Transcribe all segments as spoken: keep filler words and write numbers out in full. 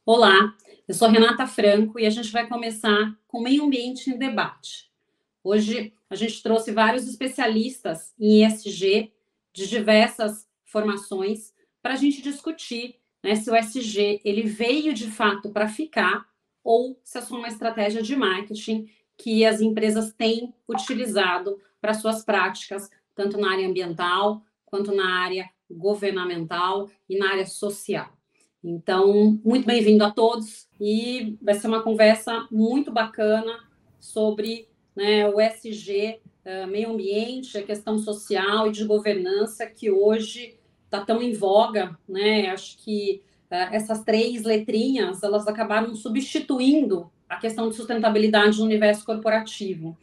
Olá, eu sou Renata Franco e a gente vai começar com Meio Ambiente em Debate. Hoje a gente trouxe vários especialistas em E S G de diversas formações para a gente discutir, né, se o E S G ele veio de fato para ficar ou se é só uma estratégia de marketing que as empresas têm utilizado para suas práticas, tanto na área ambiental quanto na área governamental e na área social. Então, muito bem-vindo a todos e vai ser uma conversa muito bacana sobre, né, o E S G, uh, meio ambiente, a questão social e de governança que hoje está tão em voga, né? Acho que uh, essas três letrinhas elas acabaram substituindo a questão de sustentabilidade no universo corporativo.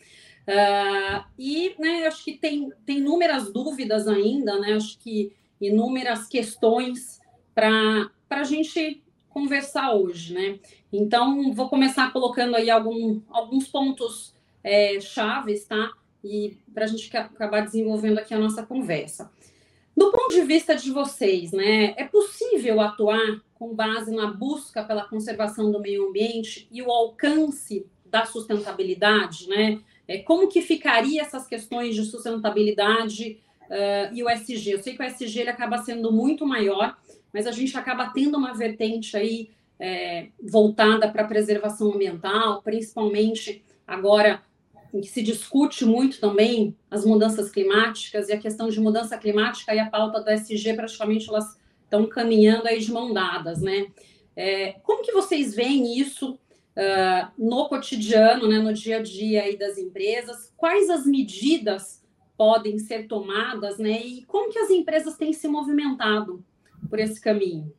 Uh, e, né, acho que tem, tem inúmeras dúvidas ainda, né? Acho que inúmeras questões para para a gente conversar hoje, né? Então, vou começar colocando aí algum, alguns pontos é, chaves, tá? E para a gente acabar desenvolvendo aqui a nossa conversa. Do ponto de vista de vocês, né? É possível atuar com base na busca pela conservação do meio ambiente e o alcance da sustentabilidade, né? É, como que ficaria essas questões de sustentabilidade uh, e o E S G? Eu sei que o E S G ele acaba sendo muito maior, mas a gente acaba tendo uma vertente aí é, voltada para a preservação ambiental, principalmente agora em que se discute muito também as mudanças climáticas e a questão de mudança climática e a pauta do E S G praticamente elas estão caminhando aí de mão dadas, né? É, como que vocês veem isso uh, no cotidiano, né, no dia a dia aí das empresas? Quais as medidas podem ser tomadas, né? E como que as empresas têm se movimentado por esse caminho?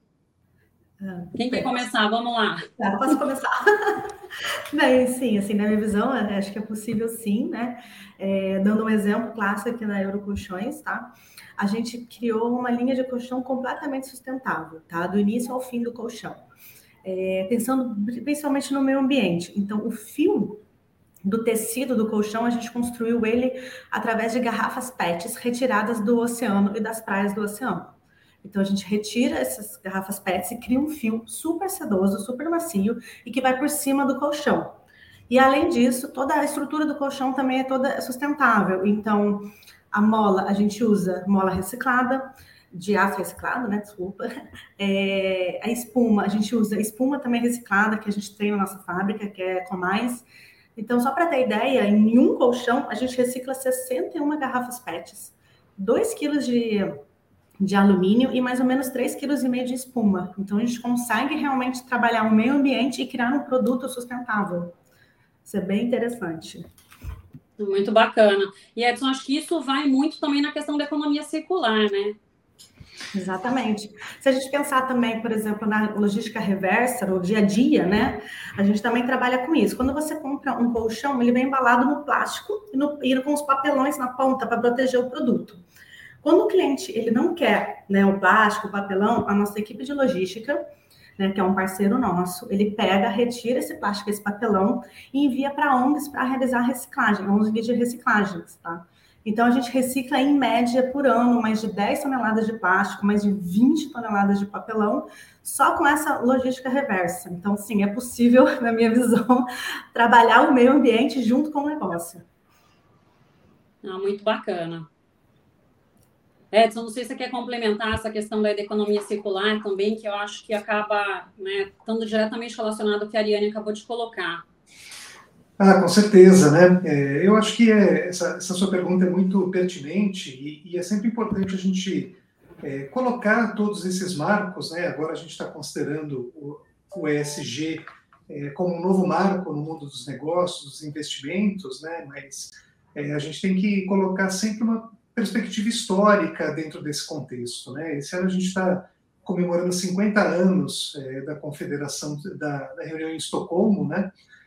Ah, Quem quer começar? Vamos lá. Tá, posso começar? Bem, sim, assim, na minha visão, acho que é possível sim, né? É, dando um exemplo clássico aqui na Eurocolchões, tá? A gente criou uma linha de colchão completamente sustentável, tá? Do início ao fim do colchão. É, pensando principalmente no meio ambiente. Então, o fio do tecido do colchão, a gente construiu ele através de garrafas P E Ts retiradas do oceano e das praias do oceano. Então a gente retira essas garrafas P E Ts e cria um fio super sedoso, super macio e que vai por cima do colchão. E além disso, toda a estrutura do colchão também é toda sustentável. Então a mola, a gente usa mola reciclada, de aço reciclado, né? Desculpa. É, a espuma, a gente usa espuma também reciclada, que a gente tem na nossa fábrica, que é Comais. Então, só para ter ideia, em um colchão a gente recicla sessenta e uma garrafas P E Ts, dois quilos de, de alumínio e mais ou menos três vírgula cinco quilos de espuma. Então, a gente consegue realmente trabalhar o meio ambiente e criar um produto sustentável. Isso é bem interessante. Muito bacana. E, Edson, acho que isso vai muito também na questão da economia circular, né? Exatamente. Se a gente pensar também, por exemplo, na logística reversa, no dia a dia, né? A gente também trabalha com isso. Quando você compra um colchão, ele vem embalado no plástico e, no, e com os papelões na ponta para proteger o produto. Quando o cliente ele não quer, né, o plástico, o papelão, a nossa equipe de logística, né, que é um parceiro nosso, ele pega, retira esse plástico, esse papelão e envia para O N Gs para realizar reciclagem, O N Gs de reciclagens, tá? Então, a gente recicla, em média, por ano, mais de dez toneladas de plástico, mais de vinte toneladas de papelão, só com essa logística reversa. Então, sim, é possível, na minha visão, trabalhar o meio ambiente junto com o negócio. Ah, muito bacana. Edson, não sei se você quer complementar essa questão da economia circular também, que eu acho que acaba, né, estando diretamente relacionado ao que a Ariane acabou de colocar. Ah, com certeza, né? É, eu acho que é, essa, essa sua pergunta é muito pertinente e, e é sempre importante a gente é, colocar todos esses marcos, né? Agora a gente está considerando o, o E S G é, como um novo marco no mundo dos negócios, dos investimentos, né? Mas é, a gente tem que colocar sempre uma perspectiva histórica dentro desse contexto, né? Esse ano a gente está comemorando cinquenta anos é, da Confederação, da, da reunião em Estocolmo, né?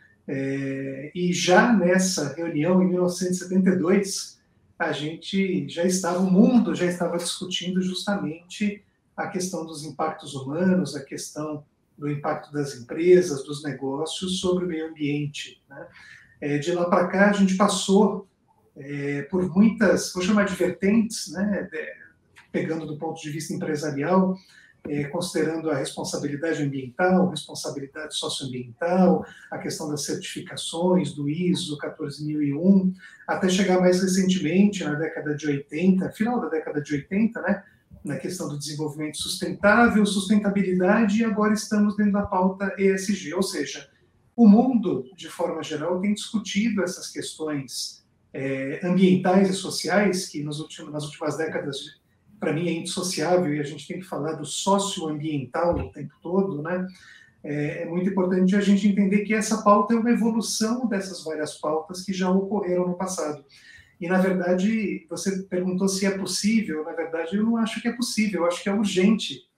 É, e já nessa reunião, em mil novecentos e setenta e dois, a gente já estava, o mundo já estava discutindo justamente a questão dos impactos humanos, a questão do impacto das empresas, dos negócios sobre o meio ambiente, né? É, de lá para cá, a gente passou é, por muitas, vou chamar de vertentes, né? De, pegando do ponto de vista empresarial, é, considerando a responsabilidade ambiental, responsabilidade socioambiental, a questão das certificações, do I S O quatorze mil e um, até chegar mais recentemente, na década de oitenta, final da década de oitenta, né, na questão do desenvolvimento sustentável, sustentabilidade, e agora estamos dentro da pauta E S G, ou seja, o mundo, de forma geral, tem discutido essas questões é, ambientais e sociais, que nos últimos, nas últimas décadas, para mim, é indissociável, e a gente tem que falar do socioambiental o tempo todo, né? É, é muito importante a gente entender que essa pauta é uma evolução dessas várias pautas que já ocorreram no passado. E, na verdade, você perguntou se é possível. Na verdade, eu não acho que é possível, eu acho que é urgente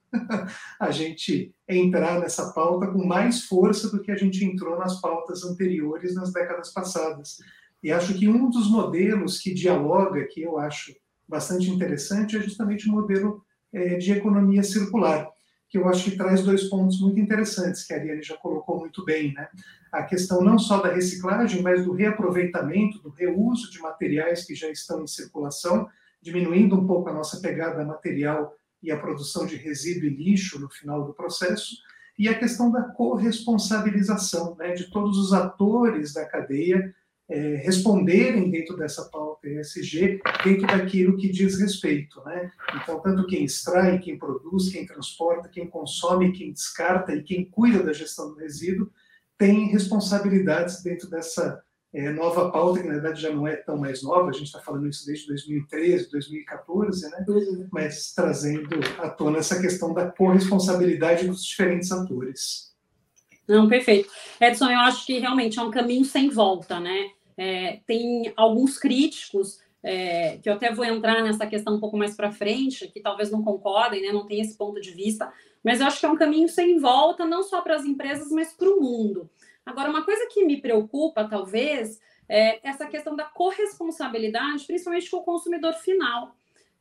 a gente entrar nessa pauta com mais força do que a gente entrou nas pautas anteriores, nas décadas passadas. E acho que um dos modelos que dialoga, que eu acho bastante interessante, é justamente o modelo é, de economia circular, que eu acho que traz dois pontos muito interessantes, que a Ariane já colocou muito bem, né? A questão não só da reciclagem, mas do reaproveitamento, do reuso de materiais que já estão em circulação, diminuindo um pouco a nossa pegada material e a produção de resíduo e lixo no final do processo, e a questão da corresponsabilização, né, de todos os atores da cadeia é, responderem dentro dessa pauta E S G, dentro daquilo que diz respeito, né? Então, tanto quem extrai, quem produz, quem transporta, quem consome, quem descarta e quem cuida da gestão do resíduo, tem responsabilidades dentro dessa é, nova pauta, que na verdade já não é tão mais nova, a gente está falando isso desde dois mil e treze, dois mil e quatorze, né? Uhum. Mas trazendo à tona essa questão da corresponsabilidade dos diferentes atores. Não, perfeito. Edson, eu acho que realmente é um caminho sem volta, né? É, tem alguns críticos, é, que eu até vou entrar nessa questão um pouco mais para frente, que talvez não concordem, né? Não tem esse ponto de vista, mas eu acho que é um caminho sem volta, não só para as empresas, mas para o mundo. Agora, uma coisa que me preocupa, talvez, é essa questão da corresponsabilidade, principalmente com o consumidor final.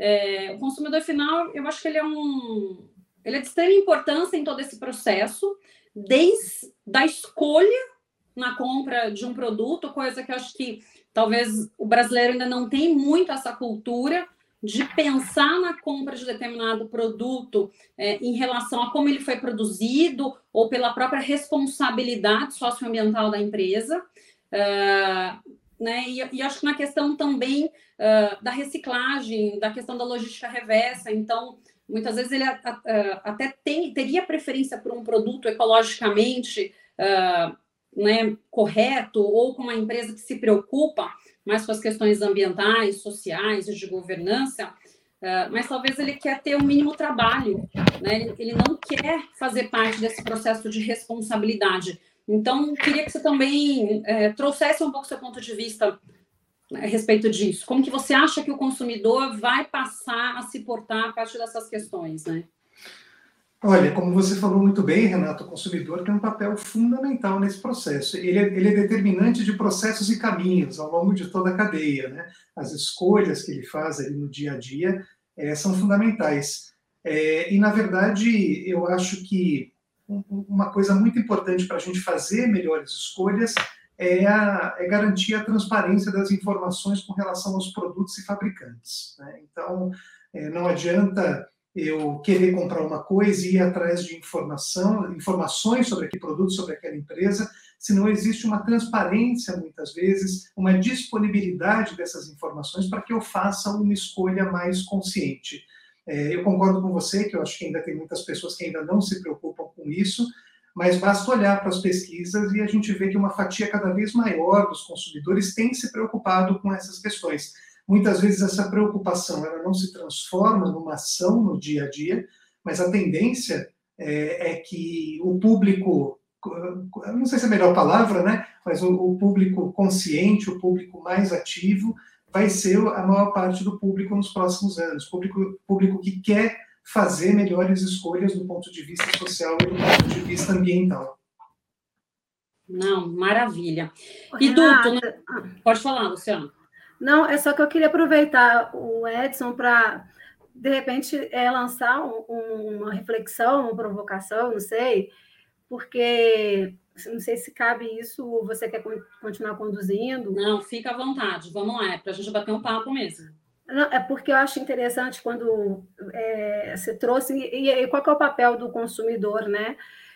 É, o consumidor final, eu acho que ele é um... ele é de extrema importância em todo esse processo, desde a escolha na compra de um produto, coisa que eu acho que talvez o brasileiro ainda não tem muito essa cultura de pensar na compra de determinado produto é, em relação a como ele foi produzido ou pela própria responsabilidade socioambiental da empresa. Uh, né? E, e acho que na questão também uh, da reciclagem, da questão da logística reversa. Então, muitas vezes ele a, a, até tem, teria preferência por um produto ecologicamente uh, né, correto, ou com uma empresa que se preocupa mais com as questões ambientais, sociais e de governança, uh, mas talvez ele quer ter o mínimo trabalho, né? ele, ele não quer fazer parte desse processo de responsabilidade. Então, queria que você também é, trouxesse um pouco seu ponto de vista a respeito disso. Como que você acha que o consumidor vai passar a se portar a partir dessas questões, né? Olha, como você falou muito bem, Renato, o consumidor tem um papel fundamental nesse processo. Ele é, ele é determinante de processos e caminhos ao longo de toda a cadeia, né? As escolhas que ele faz ali no dia a dia é, são fundamentais. É, e, na verdade, eu acho que uma coisa muito importante para a gente fazer melhores escolhas é, a, é garantir a transparência das informações com relação aos produtos e fabricantes, né? Então, é, não adianta eu querer comprar uma coisa e ir atrás de informação, informações sobre aquele produto, sobre aquela empresa, se não existe uma transparência, muitas vezes, uma disponibilidade dessas informações para que eu faça uma escolha mais consciente. É, eu concordo com você, que eu acho que ainda tem muitas pessoas que ainda não se preocupam com isso, mas basta olhar para as pesquisas e a gente vê que uma fatia cada vez maior dos consumidores tem se preocupado com essas questões. Muitas vezes essa preocupação ela não se transforma numa ação no dia a dia, mas a tendência é, é que o público, não sei se é a melhor palavra, né? Mas o, o público consciente, o público mais ativo, vai ser a maior parte do público nos próximos anos. Público, público que quer fazer melhores escolhas do ponto de vista social e do ponto de vista ambiental. Não, maravilha. E Duto, né? Pode falar, Luciano. Não, é só que eu queria aproveitar o Edson para, de repente, é, lançar um, um, uma reflexão, uma provocação, não sei, porque não sei se cabe isso ou você quer continuar conduzindo. Não, fica à vontade, vamos lá, é para a gente bater um papo mesmo. Não, é porque eu acho interessante quando é, você trouxe, e, e qual que é o papel do consumidor, né?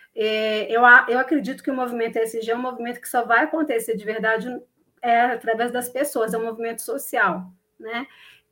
É, eu, eu acredito que o movimento E S G é um movimento que só vai acontecer de verdade é, através das pessoas, é um movimento social, né?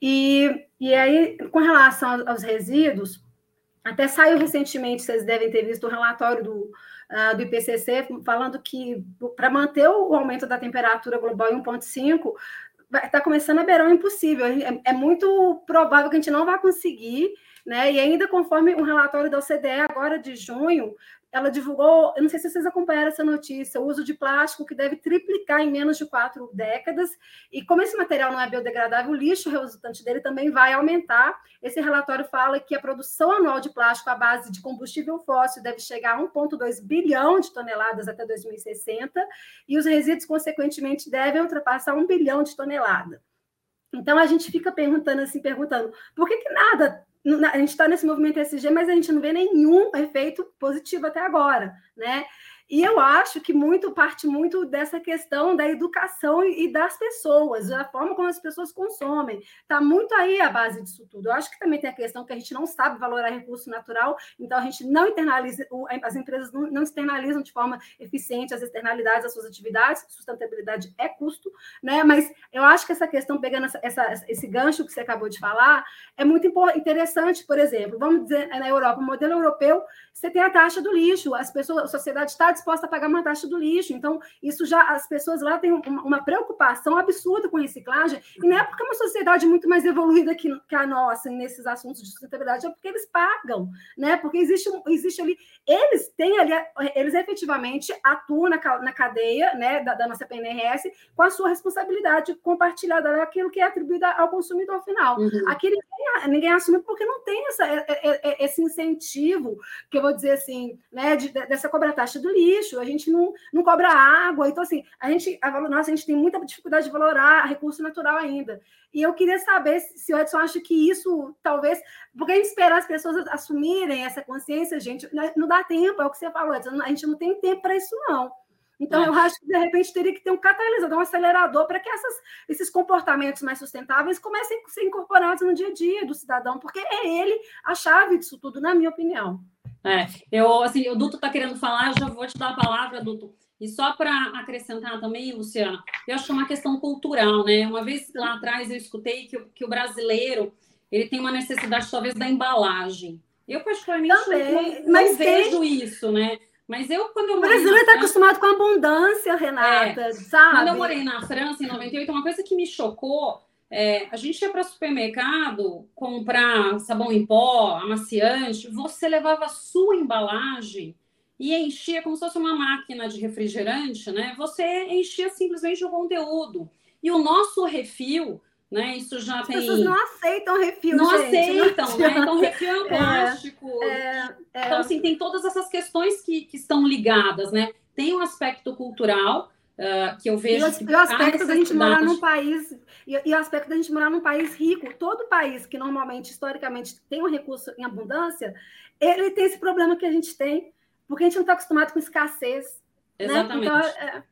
E, e aí, com relação aos resíduos, até saiu recentemente, vocês devem ter visto o relatório do, uh, do I P C C, falando que para manter o aumento da temperatura global em um ponto cinco, está começando a beirar o impossível. É, é muito provável que a gente não vai conseguir, né? E ainda conforme um relatório da O C D E agora de junho, ela divulgou, eu não sei se vocês acompanharam essa notícia, o uso de plástico que deve triplicar em menos de quatro décadas, e como esse material não é biodegradável, o lixo resultante dele também vai aumentar. Esse relatório fala que a produção anual de plástico à base de combustível fóssil deve chegar a um vírgula dois bilhão de toneladas até dois mil e sessenta, e os resíduos, consequentemente, devem ultrapassar um bilhão de toneladas. Então, a gente fica perguntando assim, perguntando, por que que nada... A gente está nesse movimento E S G, mas a gente não vê nenhum efeito positivo até agora, né? E eu acho que muito parte muito dessa questão da educação e das pessoas, da forma como as pessoas consomem. Está muito aí a base disso tudo. Eu acho que também tem a questão que a gente não sabe valorar recurso natural, então a gente não internaliza, as empresas não externalizam de forma eficiente as externalidades das suas atividades, sustentabilidade é custo, né? Mas eu acho que essa questão, pegando essa, essa, esse gancho que você acabou de falar, é muito interessante. Por exemplo, vamos dizer, na Europa, o modelo europeu, você tem a taxa do lixo, as pessoas, a sociedade está disposta a pagar uma taxa do lixo, então isso já, as pessoas lá têm uma, uma preocupação absurda com reciclagem, e não é porque é uma sociedade muito mais evoluída que, que a nossa nesses assuntos de sustentabilidade, é porque eles pagam, né? Porque existe, existe ali, eles têm ali, eles efetivamente atuam na, na cadeia, né, da, da nossa P N R S com a sua responsabilidade compartilhada daquilo que é atribuída ao consumidor final. Uhum. Aqui ninguém, ninguém assume porque não tem essa, esse incentivo, que eu vou dizer assim, né, de, dessa cobra taxa do lixo, a gente não, não cobra água, então assim, a gente, a, nossa, a gente tem muita dificuldade de valorar recurso natural ainda. E eu queria saber se, se o Edson acha que isso, talvez, porque a gente esperar as pessoas assumirem essa consciência, gente, não dá tempo, é o que você falou, Edson, a gente não tem tempo para isso, não. Então, é. eu acho que, de repente, teria que ter um catalisador, um acelerador para que essas, esses comportamentos mais sustentáveis comecem a ser incorporados no dia a dia do cidadão, porque é ele a chave disso tudo, na minha opinião. É, eu, assim, o Duto está querendo falar, eu já vou te dar a palavra, Duto. E só para acrescentar também, Luciana, eu acho que é uma questão cultural, né? Uma vez lá atrás eu escutei que, que o brasileiro ele tem uma necessidade, talvez, da embalagem. Eu, particularmente, também, não, não vejo tem... isso, né? Mas eu, quando eu O brasileiro está acostumado com abundância, Renata, é, sabe? Quando eu morei na França, em noventa e oito, uma coisa que me chocou, é, a gente ia para o supermercado comprar sabão em pó, amaciante, você levava a sua embalagem e enchia como se fosse uma máquina de refrigerante, né? Você enchia simplesmente o conteúdo. E o nosso refil, né? Isso já As tem... pessoas não aceitam refil, não gente. Aceitam, não né? Então, refil é um plástico. É, é, então, assim, tem todas essas questões que, que estão ligadas, né? Tem um aspecto cultural, uh, que eu vejo... E o, que e o aspecto da gente morar num país... E, e o aspecto da gente morar num país rico. Todo país que, normalmente, historicamente, tem um recurso em abundância, ele tem esse problema que a gente tem, porque a gente não está acostumado com escassez. Exatamente. Né? Então, é...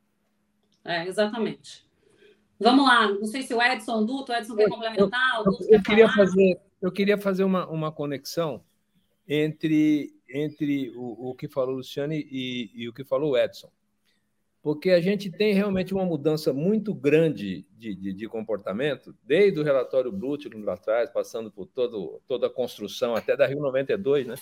é, exatamente. Vamos lá, não sei se o Edson, o Duto, o Edson quer complementar, o Duto eu, quer eu queria falar. Fazer, eu queria fazer uma, uma conexão entre, entre o, o que falou o Luciano e, e o que falou o Edson. Porque a gente tem realmente uma mudança muito grande de, de, de comportamento, desde o relatório Brundtland lá atrás, passando por todo, toda a construção, até da Rio noventa e dois, né?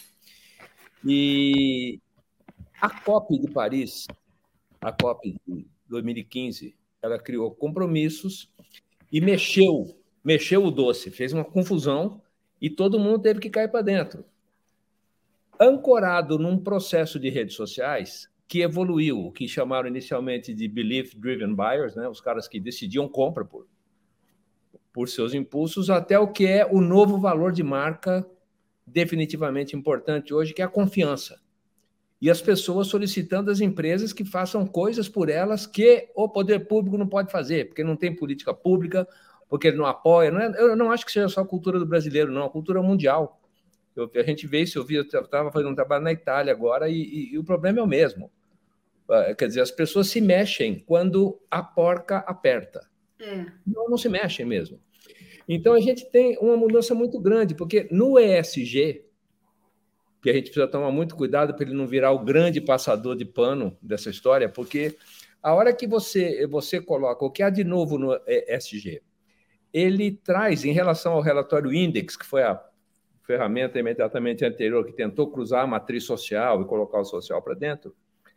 E a COP de Paris, a COP de dois mil e quinze, ela criou compromissos e mexeu, mexeu o doce, fez uma confusão e todo mundo teve que cair para dentro. Ancorado num processo de redes sociais que evoluiu, que chamaram inicialmente de belief-driven buyers, né? Os caras que decidiam compra por, por seus impulsos, até o que é o novo valor de marca definitivamente importante hoje, que é a confiança. E as pessoas solicitando às empresas que façam coisas por elas que o poder público não pode fazer, porque não tem política pública, porque ele não apoia. Não é, eu não acho que seja só a cultura do brasileiro, não, é a cultura mundial. Eu, a gente vê isso, eu vi, eu estava fazendo um trabalho na Itália agora, e, e, e o problema é o mesmo. Quer dizer, as pessoas se mexem quando a porca aperta. É. Não, não se mexem mesmo. Então, a gente tem uma mudança muito grande, porque no E S G, que a gente precisa tomar muito cuidado para ele não virar o grande passador de pano dessa história, porque a hora que você, você coloca o que há de novo no E S G, ele traz, em relação ao relatório Index, que foi a ferramenta imediatamente anterior que tentou cruzar a matriz social e colocar o social para dentro,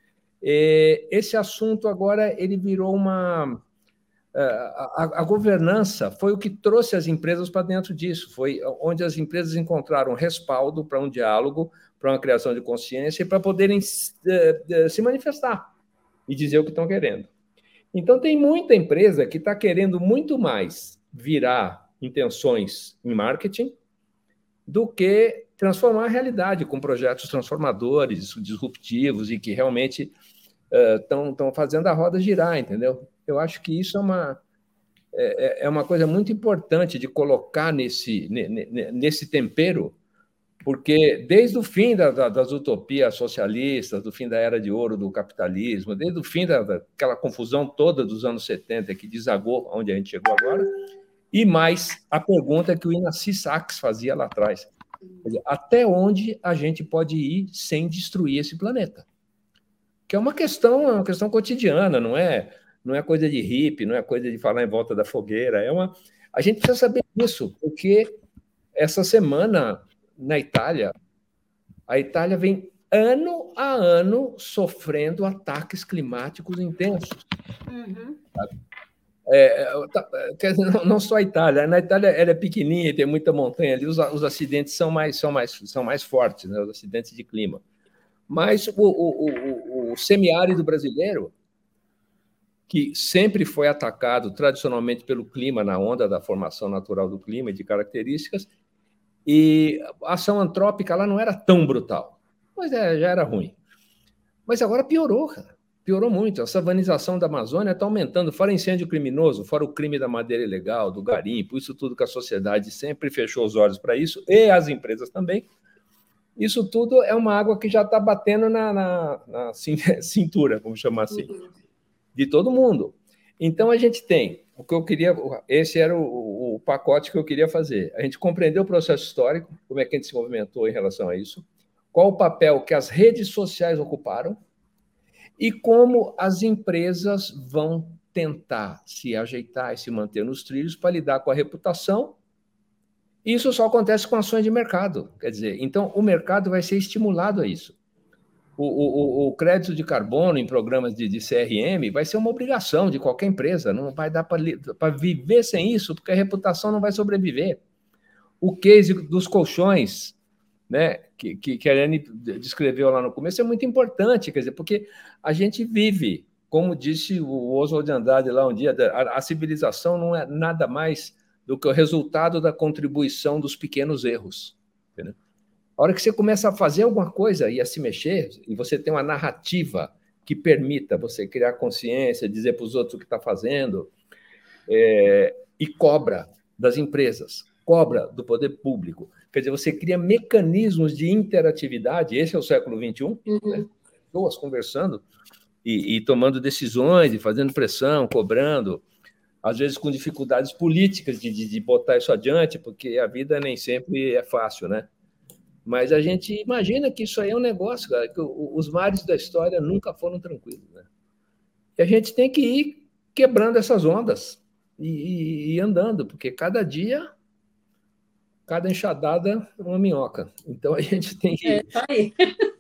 esse assunto agora ele virou uma... A, a, a governança foi o que trouxe as empresas para dentro disso, foi onde as empresas encontraram respaldo para um diálogo, para uma criação de consciência e para poderem se, se manifestar e dizer o que estão querendo. Então, tem muita empresa que está querendo muito mais virar intenções em marketing do que transformar a realidade com projetos transformadores, disruptivos e que realmente estão uh, fazendo a roda girar, entendeu? Eu acho que isso é uma, é, é uma coisa muito importante de colocar nesse, nesse tempero, porque desde o fim da, da, das utopias socialistas, do fim da era de ouro do capitalismo, desde o fim da, daquela confusão toda dos anos setenta que desagou onde a gente chegou agora, e mais a pergunta que o Inácio Sachs fazia lá atrás. Quer dizer, até onde a gente pode ir sem destruir esse planeta? Que é uma questão, uma questão cotidiana, não é, não é coisa de hippie, não é coisa de falar em volta da fogueira. É uma... A gente precisa saber disso, porque essa semana, na Itália, a Itália vem ano a ano sofrendo ataques climáticos intensos. Uhum. É, quer dizer, não, não só a Itália. Na Itália ela é pequenininha e tem muita montanha ali, os, os acidentes são mais, são mais, são mais fortes, né, os acidentes de clima. Mas o, o, o, o semiárido brasileiro, que sempre foi atacado tradicionalmente pelo clima, na onda da formação natural do clima e de características, e a ação antrópica lá não era tão brutal, mas é, já era ruim. Mas agora piorou, cara. Piorou muito. A savanização da Amazônia está aumentando, fora incêndio criminoso, fora o crime da madeira ilegal, do garimpo, isso tudo que a sociedade sempre fechou os olhos para isso, e as empresas também. Isso tudo é uma água que já está batendo na, na, na cintura, vamos chamar assim, de todo mundo. Então, a gente tem o que eu queria... Esse era o, o pacote que eu queria fazer. A gente compreendeu o processo histórico, como é que a gente se movimentou em relação a isso, qual o papel que as redes sociais ocuparam e como as empresas vão tentar se ajeitar e se manter nos trilhos para lidar com a reputação. Isso só acontece com ações de mercado. Quer dizer, então, o mercado vai ser estimulado a isso. O, o, o crédito de carbono em programas de, de C R M vai ser uma obrigação de qualquer empresa. Não vai dar para viver sem isso, porque a reputação não vai sobreviver. O case dos colchões, né, que, que, que a Ariane descreveu lá no começo, é muito importante, quer dizer, porque a gente vive, como disse o Oswald de Andrade lá um dia, a, a civilização não é nada mais do que o resultado da contribuição dos pequenos erros. Entendeu? A hora que você começa a fazer alguma coisa e a se mexer, e você tem uma narrativa que permita você criar consciência, dizer para os outros o que está fazendo, é, e cobra das empresas, cobra do poder público. Quer dizer, você cria mecanismos de interatividade, esse é o século vinte e um, uhum. Né? Pessoas conversando e, e tomando decisões, e fazendo pressão, cobrando, às vezes com dificuldades políticas de, de, de botar isso adiante, porque a vida nem sempre é fácil, né? Mas a gente imagina que isso aí é um negócio, cara, que os mares da história nunca foram tranquilos, né? E a gente tem que ir quebrando essas ondas e, e, e andando, porque cada dia, cada enxadada é uma minhoca. Então a gente tem que... É, tá aí.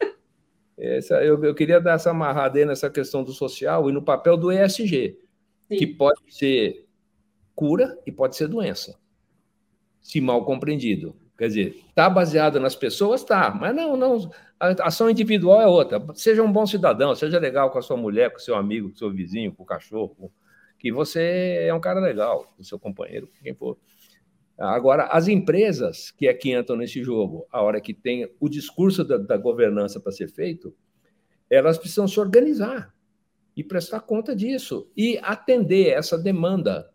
Essa, eu, eu queria dar essa amarrada aí nessa questão do social e no papel do E S G, sim, que pode ser cura e pode ser doença, se mal compreendido. Quer dizer, está baseado nas pessoas? Tá, mas não, não, a ação individual é outra. Seja um bom cidadão, seja legal com a sua mulher, com o seu amigo, com o seu vizinho, com o cachorro, que você é um cara legal, com o seu companheiro, com quem for. Agora, as empresas que é que entram nesse jogo, a hora que tem o discurso da, da governança para ser feito, elas precisam se organizar e prestar conta disso e atender essa demanda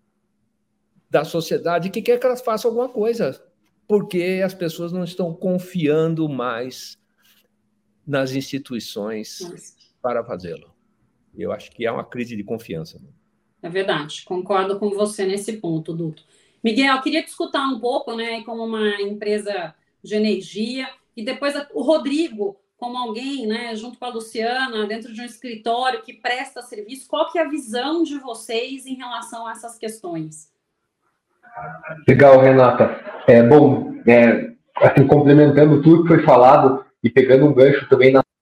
da sociedade que quer que elas façam alguma coisa, porque as pessoas não estão confiando mais nas instituições Nossa. Para fazê-lo. Eu acho que é uma crise de confiança. É verdade, concordo com você nesse ponto, Duto. Miguel, eu queria te escutar um pouco, né, como uma empresa de energia, e depois o Rodrigo, como alguém, né, junto com a Luciana, dentro de um escritório que presta serviço, qual que é a visão de vocês em relação a essas questões? Legal, Renata. É, bom, é, assim, complementando tudo que foi falado e pegando um gancho também na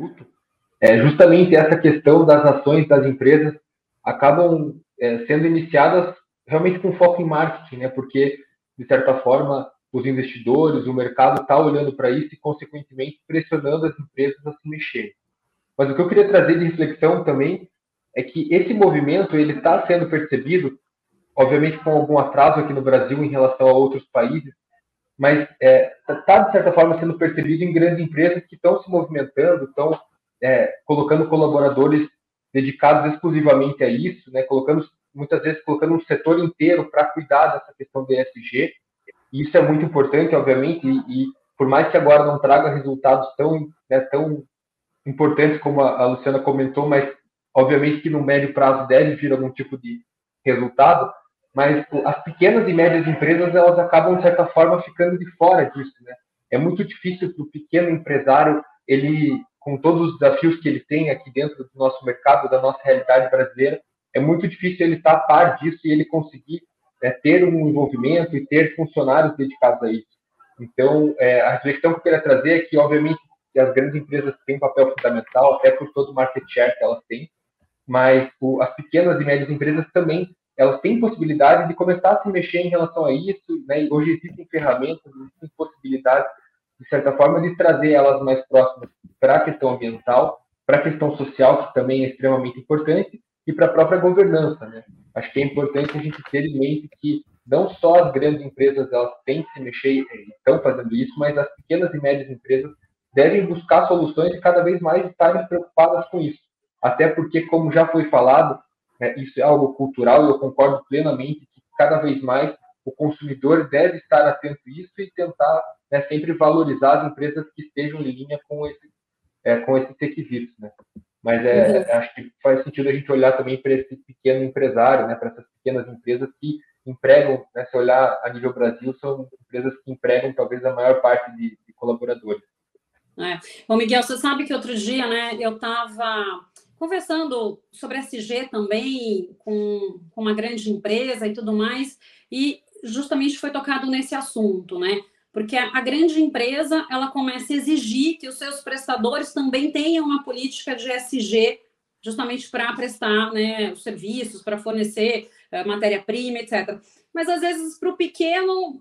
é, justamente essa questão das ações das empresas acabam é, sendo iniciadas realmente com foco em marketing, né? Porque, de certa forma, os investidores, o mercado está olhando para isso e, consequentemente, pressionando as empresas a se mexerem. Mas o que eu queria trazer de reflexão também é que esse movimento ele está sendo percebido, obviamente com algum atraso aqui no Brasil em relação a outros países, mas está, é, de certa forma, sendo percebido em grandes empresas que estão se movimentando, estão é, colocando colaboradores dedicados exclusivamente a isso, né, colocando, muitas vezes, colocando um setor inteiro para cuidar dessa questão do E S G, e isso é muito importante, obviamente, e, e por mais que agora não traga resultados tão, né, tão importantes como a, a Luciana comentou, mas, obviamente, que no médio prazo deve vir algum tipo de resultado, mas as pequenas e médias empresas, elas acabam, de certa forma, ficando de fora disso, né? É muito difícil para o pequeno empresário, ele, com todos os desafios que ele tem aqui dentro do nosso mercado, da nossa realidade brasileira, é muito difícil ele estar a par disso e ele conseguir é, ter um envolvimento e ter funcionários dedicados a isso. Então, é, a reflexão que eu queria trazer é que, obviamente, as grandes empresas têm um papel fundamental, até por todo o market share que elas têm, mas o, as pequenas e médias empresas também elas têm possibilidade de começar a se mexer em relação a isso, né? E hoje existem ferramentas, existem possibilidades, de certa forma, de trazer elas mais próximas para a questão ambiental, para a questão social, que também é extremamente importante, e para a própria governança, né? Acho que é importante a gente ter em mente que não só as grandes empresas elas têm que se mexer, estão fazendo isso, mas as pequenas e médias empresas devem buscar soluções e cada vez mais estarem preocupadas com isso. Até porque, como já foi falado, né, isso é algo cultural e eu concordo plenamente que cada vez mais o consumidor deve estar atento a isso e tentar, né, sempre valorizar as empresas que estejam em linha com, esse, é, com esses requisitos. Né? Mas é, uhum. acho que faz sentido a gente olhar também para esse pequeno empresário, né, para essas pequenas empresas que empregam, né, se olhar a nível Brasil, são empresas que empregam talvez a maior parte de, de colaboradores. É. Bom, Miguel, você sabe que outro dia, né, eu estava conversando sobre S G também com, com uma grande empresa e tudo mais, e justamente foi tocado nesse assunto, né? Porque a, a grande empresa, ela começa a exigir que os seus prestadores também tenham uma política de S G, justamente para prestar, né, os serviços, para fornecer uh, matéria-prima, etcétera. Mas, às vezes, para o pequeno...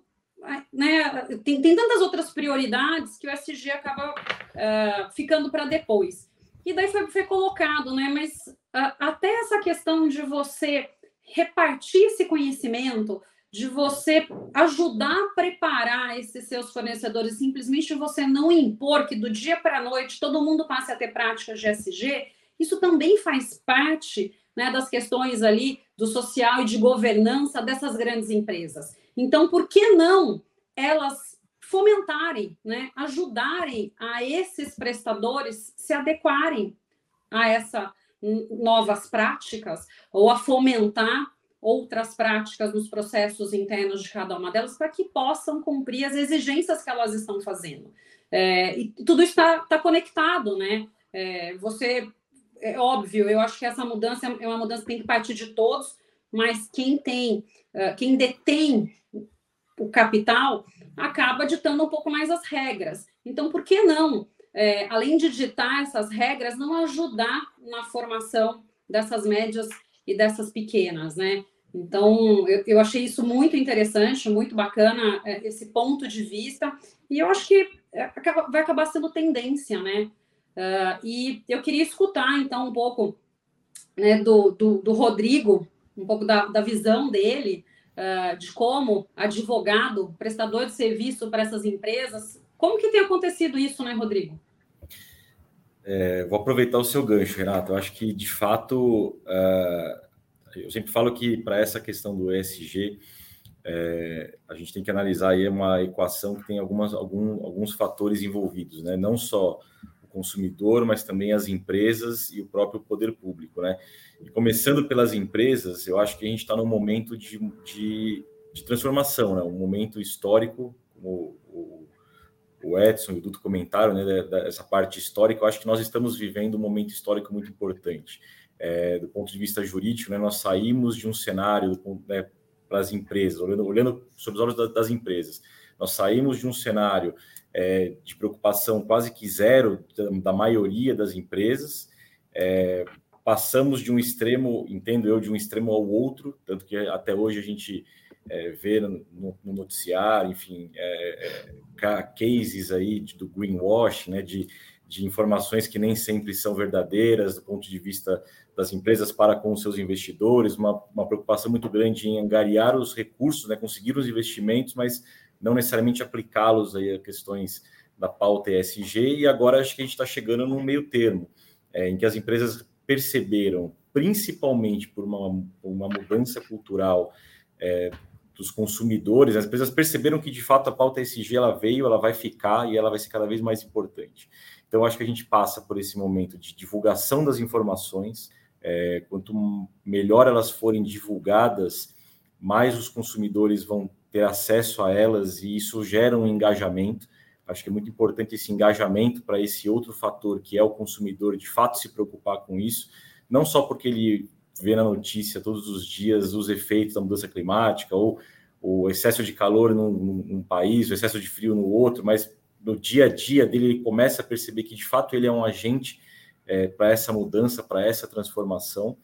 Né, tem, tem tantas outras prioridades que o S G acaba uh, ficando para depois. E daí foi, foi colocado, né? Mas uh, até essa questão de você repartir esse conhecimento, de você ajudar a preparar esses seus fornecedores, simplesmente você não impor que do dia para a noite todo mundo passe a ter práticas de S G, isso também faz parte, né, das questões ali do social e de governança dessas grandes empresas. Então, por que não elas fomentarem, né, ajudarem a esses prestadores se adequarem a essas novas práticas ou a fomentar outras práticas nos processos internos de cada uma delas para que possam cumprir as exigências que elas estão fazendo. É, e tudo está tá conectado, né? É, você, é óbvio, eu acho que essa mudança é uma mudança que tem que partir de todos, mas quem tem, quem detém o capital acaba ditando um pouco mais as regras. Então, por que não, é, além de ditar essas regras, não ajudar na formação dessas médias e dessas pequenas, né? Então, eu, eu achei isso muito interessante, muito bacana, é, esse ponto de vista, e eu acho que é, vai acabar sendo tendência, né? Uh, e eu queria escutar, então, um pouco, né, do, do, do Rodrigo, um pouco da, da visão dele, Uh, de como advogado, prestador de serviço para essas empresas. Como que tem acontecido isso, né, Rodrigo? É, vou aproveitar o seu gancho, Renato. Eu acho que, de fato, uh, eu sempre falo que para essa questão do E S G, é, a gente tem que analisar aí uma equação que tem algumas, algum, alguns fatores envolvidos, né? Não só o consumidor, mas também as empresas e o próprio poder público, né? E começando pelas empresas, eu acho que a gente está num momento de, de, de transformação, né? Um momento histórico, como o, o Edson e o Duto comentaram, né, dessa parte histórica. Eu acho que nós estamos vivendo um momento histórico muito importante. É, do ponto de vista jurídico, né, nós saímos de um cenário, né, para as empresas, olhando, olhando sobre os olhos das, das empresas, nós saímos de um cenário é, de preocupação quase que zero da, da maioria das empresas, é, passamos de um extremo, entendo eu, de um extremo ao outro, tanto que até hoje a gente é, vê no, no noticiário, enfim, é, é, cases aí do greenwash, né, de, de informações que nem sempre são verdadeiras do ponto de vista das empresas para com os seus investidores, uma, uma preocupação muito grande em angariar os recursos, né, conseguir os investimentos, mas não necessariamente aplicá-los aí a questões da pauta E S G, e agora acho que a gente está chegando num meio termo, é, em que as empresas perceberam, principalmente por uma, uma mudança cultural é, dos consumidores, as empresas perceberam que, de fato, a pauta E S G ela veio, ela vai ficar e ela vai ser cada vez mais importante. Então, acho que a gente passa por esse momento de divulgação das informações. É, quanto melhor elas forem divulgadas, mais os consumidores vão ter acesso a elas e isso gera um engajamento. Acho que é muito importante esse engajamento para esse outro fator, que é o consumidor, de fato, se preocupar com isso, não só porque ele vê na notícia todos os dias os efeitos da mudança climática ou o excesso de calor num, num país, o excesso de frio no outro, mas no dia a dia dele ele começa a perceber que, de fato, ele é um agente é, para essa mudança, para essa transformação.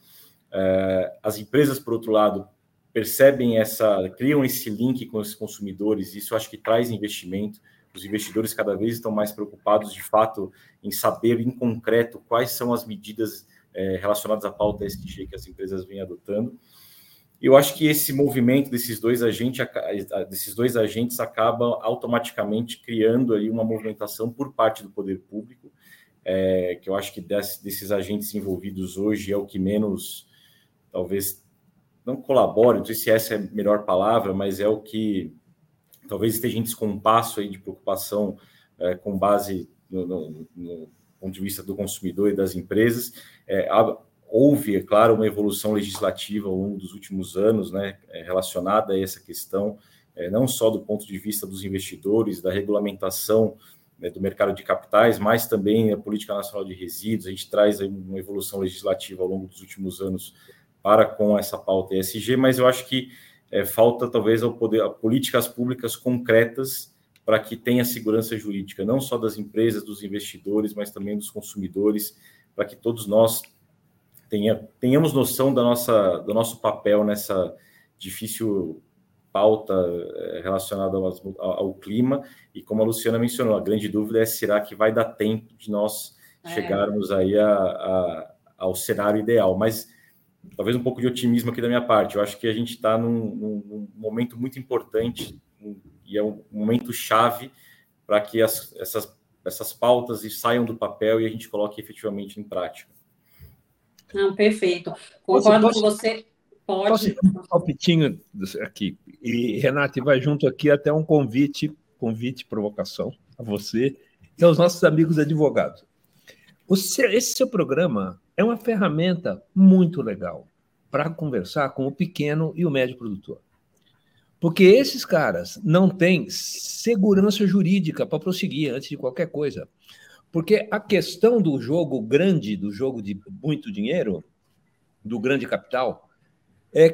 É, as empresas, por outro lado, percebem essa, criam esse link com os consumidores, isso acho que traz investimento. Os investidores cada vez estão mais preocupados, de fato, em saber em concreto quais são as medidas é, relacionadas à pauta E S G que as empresas vêm adotando. Eu acho que esse movimento desses dois agentes, desses dois agentes acaba automaticamente criando aí uma movimentação por parte do poder público, é, que eu acho que desse, desses agentes envolvidos hoje é o que menos, talvez, não colabora, não sei se essa é a melhor palavra, mas é o que talvez esteja em descompasso aí de preocupação é, com base no, no, no ponto de vista do consumidor e das empresas. É, houve, é claro, uma evolução legislativa ao longo dos últimos anos, né, relacionada a essa questão, é, não só do ponto de vista dos investidores, da regulamentação, né, do mercado de capitais, mas também a Política Nacional de Resíduos. A gente traz aí uma evolução legislativa ao longo dos últimos anos para com essa pauta E S G, mas eu acho que é, falta talvez ao poder, a políticas públicas concretas para que tenha segurança jurídica, não só das empresas, dos investidores, mas também dos consumidores, para que todos nós tenha, tenhamos noção da nossa, do nosso papel nessa difícil pauta é, relacionada ao, ao clima. E como a Luciana mencionou, a grande dúvida é: será que vai dar tempo de nós é. chegarmos aí a, a, ao cenário ideal? Mas talvez um pouco de otimismo aqui da minha parte. Eu acho que a gente está num, num momento muito importante um, e é um momento chave para que as, essas, essas pautas saiam do papel e a gente coloque efetivamente em prática. Não, perfeito. Concordo posso, com você. Pode. Posso ir um palpitinho aqui? E, Renato, vai junto aqui até um convite, convite, provocação a você e aos nossos amigos advogados. O seu, esse seu programa é uma ferramenta muito legal para conversar com o pequeno e o médio produtor. Porque esses caras não têm segurança jurídica para prosseguir antes de qualquer coisa. Porque a questão do jogo grande, do jogo de muito dinheiro, do grande capital, é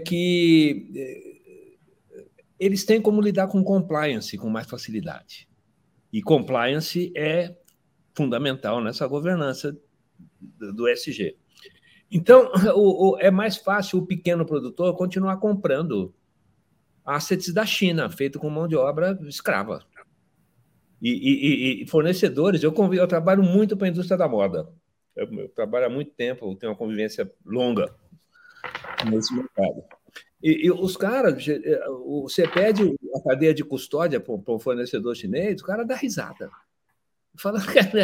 que eles têm como lidar com compliance com mais facilidade. E compliance é fundamental nessa governança do E S G. Então, o, o, é mais fácil o pequeno produtor continuar comprando assets da China, feito com mão de obra escrava. E, e, e fornecedores, eu, convido, eu trabalho muito para a indústria da moda. Eu, eu trabalho há muito tempo, eu tenho uma convivência longa nesse mercado. E, e os caras, você pede a cadeia de custódia para um fornecedor chinês, o cara dá risada. Fala,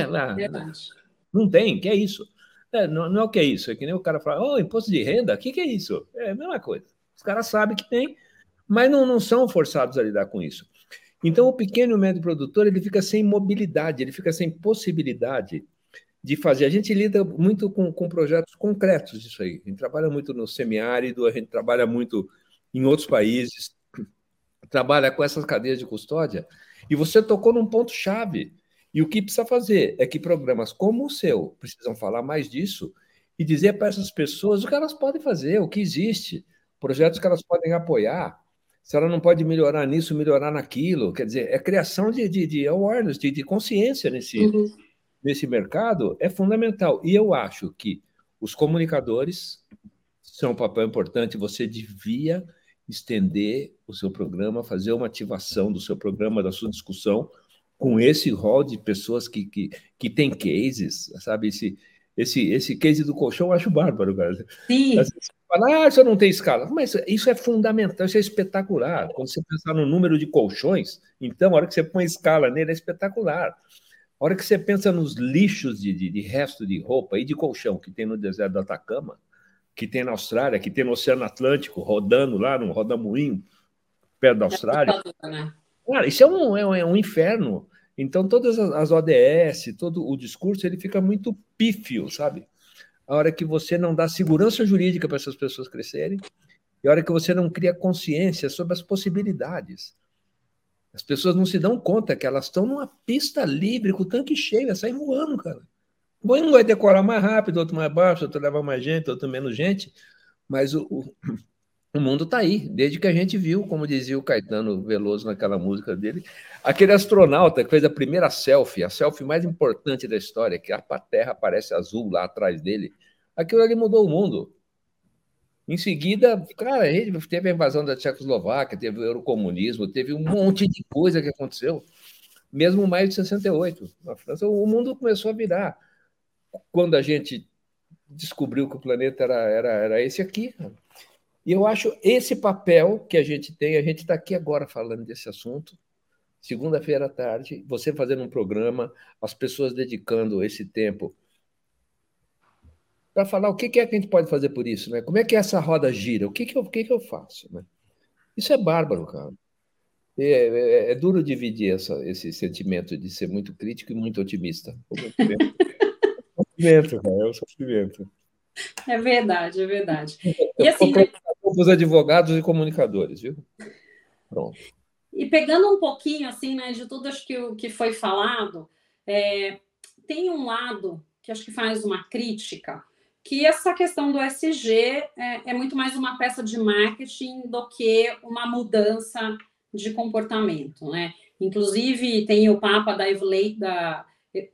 não tem, que é isso? É, não, não é o que é isso, é que nem o cara fala, oh, imposto de renda, o que, que é isso? É a mesma coisa. Os caras sabem que tem, mas não, não são forçados a lidar com isso. Então, o pequeno e o médio produtor, ele fica sem mobilidade, ele fica sem possibilidade de fazer. A gente lida muito com, com projetos concretos disso aí. A gente trabalha muito no semiárido, a gente trabalha muito em outros países. trabalha com essas cadeias de custódia, e você tocou num ponto-chave. E o que precisa fazer é que programas como o seu precisam falar mais disso e dizer para essas pessoas o que elas podem fazer, o que existe, projetos que elas podem apoiar, se ela não pode melhorar nisso, melhorar naquilo. Quer dizer, é criação de, de, de awareness, de, de consciência nesse, uhum. nesse mercado é fundamental. E eu acho que os comunicadores são um papel importante, você devia estender o seu programa, fazer uma ativação do seu programa, da sua discussão, com esse rol de pessoas que, que, que tem cases, sabe? Esse, esse, esse case do colchão eu acho bárbaro, cara. Sim. Você fala, ah, isso não tem escala. Mas isso é fundamental, isso é espetacular. Quando você pensar no número de colchões, então, a hora que você põe escala nele, é espetacular. A hora que você pensa nos lixos de, de, de resto de roupa e de colchão que tem no deserto do Atacama, que tem na Austrália, que tem no Oceano Atlântico, rodando lá no rodamuinho, perto da Austrália. É, né? Cara, isso é um, é, um, é um inferno. Então, todas as O D S, todo o discurso, ele fica muito pífio, sabe? A hora que você não dá segurança jurídica para essas pessoas crescerem, e a hora que você não cria consciência sobre as possibilidades. As pessoas não se dão conta que elas estão numa pista livre, com o tanque cheio, vai sair voando, cara. Um vai decorar mais rápido, outro mais baixo, outro leva mais gente, outro menos gente, mas o, o, o mundo está aí, desde que a gente viu, como dizia o Caetano Veloso naquela música dele, aquele astronauta que fez a primeira selfie, a selfie mais importante da história, que a Terra aparece azul lá atrás dele, aquilo ali mudou o mundo. Em seguida, cara, teve a invasão da Tchecoslováquia, teve o eurocomunismo, teve um monte de coisa que aconteceu, mesmo maio de sessenta e oito, na França, o mundo começou a virar. Quando a gente descobriu que o planeta era, era, era esse aqui. E eu acho esse papel que a gente tem, a gente está aqui agora falando desse assunto, segunda-feira à tarde, você fazendo um programa, as pessoas dedicando esse tempo para falar o que é que a gente pode fazer por isso, né? Como é que essa roda gira? O que, que, eu, o que, que eu faço? Né? Isso é bárbaro, cara. É, é, é duro dividir essa, esse sentimento de ser muito crítico e muito otimista. Sofrimento, cara, é o sofrimento. É verdade, é verdade. E assim, né? Os advogados e comunicadores, viu? Pronto. E pegando um pouquinho, assim, né, de tudo acho que o que foi falado, é, tem um lado que acho que faz uma crítica, que essa questão do E S G é, é muito mais uma peça de marketing do que uma mudança de comportamento, né? Inclusive, tem o Papa da Evaluate, da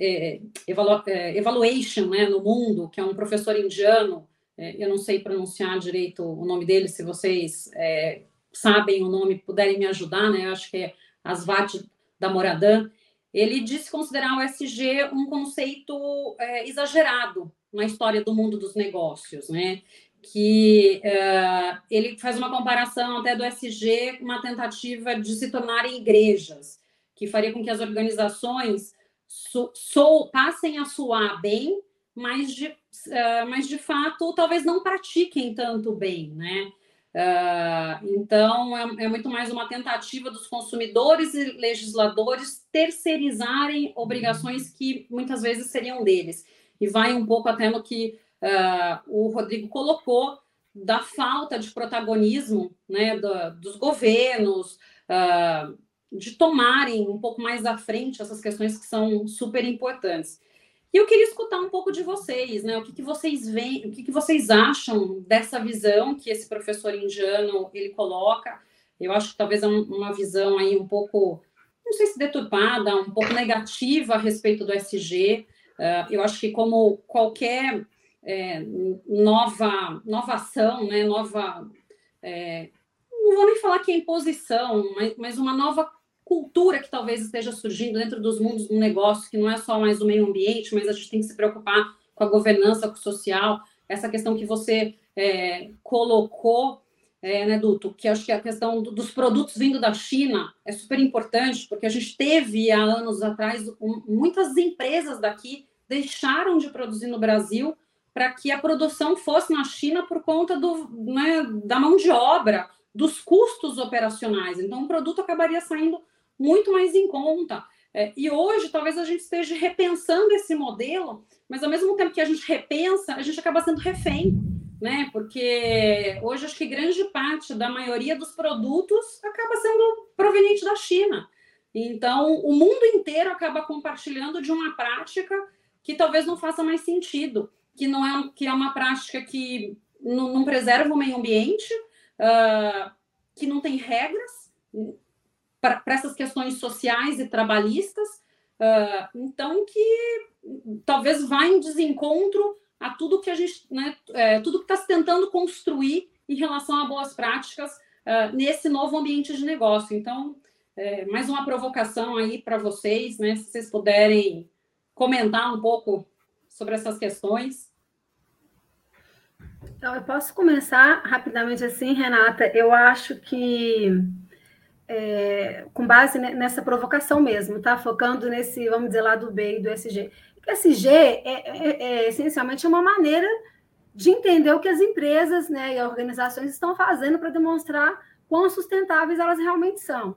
Evalu, Evaluation, né, no mundo, que é um professor indiano, eu não sei pronunciar direito o nome dele, se vocês é, sabem o nome, puderem me ajudar, né, eu acho que é Asvat Damodaran, ele disse considerar o E S G um conceito é, exagerado na história do mundo dos negócios, né, que é, ele faz uma comparação até do E S G com uma tentativa de se tornarem igrejas, que faria com que as organizações So, so, passem a soar bem, mas de, uh, mas de fato talvez não pratiquem tanto bem, né? Uh, então é, é muito mais uma tentativa dos consumidores e legisladores terceirizarem obrigações que muitas vezes seriam deles. E vai um pouco até no que uh, o Rodrigo colocou da falta de protagonismo, né, do, dos governos, uh, de tomarem um pouco mais à frente essas questões que são super importantes. E eu queria escutar um pouco de vocês, né? O que, que vocês veem, o que, que vocês acham dessa visão que esse professor indiano ele coloca? Eu acho que talvez é uma visão aí um pouco, não sei se deturpada, um pouco negativa a respeito do E S G. Uh, eu acho que como qualquer é, nova, nova ação, né? Nova, é, não vou nem falar que é imposição, mas, mas uma nova cultura que talvez esteja surgindo dentro dos mundos do negócio, que não é só mais o meio ambiente, mas a gente tem que se preocupar com a governança, com o social, essa questão que você é, colocou, é, né, Duto, que acho que a questão do, dos produtos vindo da China é super importante, porque a gente teve, há anos atrás, um, muitas empresas daqui deixaram de produzir no Brasil para que a produção fosse na China por conta do, né, da mão de obra, dos custos operacionais. Então, o produto acabaria saindo muito mais em conta. É, e hoje, talvez a gente esteja repensando esse modelo, mas ao mesmo tempo que a gente repensa, a gente acaba sendo refém né? Porque hoje acho que grande parte da maioria dos produtos acaba sendo proveniente da China. Então, o mundo inteiro acaba compartilhando de uma prática que talvez não faça mais sentido, que não é, que é uma prática que não, não preserva o meio ambiente, uh, que não tem regras para essas questões sociais e trabalhistas, uh, então que talvez vá em desencontro a tudo que a gente, né, é, tudo que está se tentando construir em relação a boas práticas uh, nesse novo ambiente de negócio. Então, é, mais uma provocação aí para vocês, né, se vocês puderem comentar um pouco sobre essas questões. Então, eu posso começar rapidamente assim, Renata. Eu acho que, é, com base nessa provocação mesmo, tá? Focando nesse, vamos dizer, lado B do E S G. O E S G é, é, é essencialmente uma maneira de entender o que as empresas, né, e organizações estão fazendo para demonstrar quão sustentáveis elas realmente são.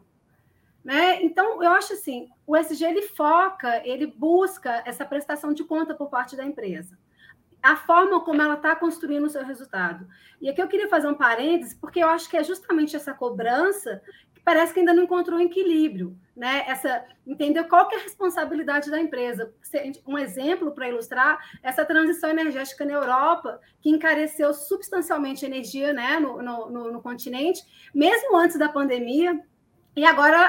Né? Então, eu acho assim, o E S G ele foca, ele busca essa prestação de conta por parte da empresa. A forma como ela está construindo o seu resultado. E aqui eu queria fazer um parêntese, porque eu acho que é justamente essa cobrança que parece que ainda não encontrou um equilíbrio, né? Essa, entender qual que é a responsabilidade da empresa. Um exemplo para ilustrar, essa transição energética na Europa, que encareceu substancialmente a energia, né, no, no, no, no continente, mesmo antes da pandemia. E agora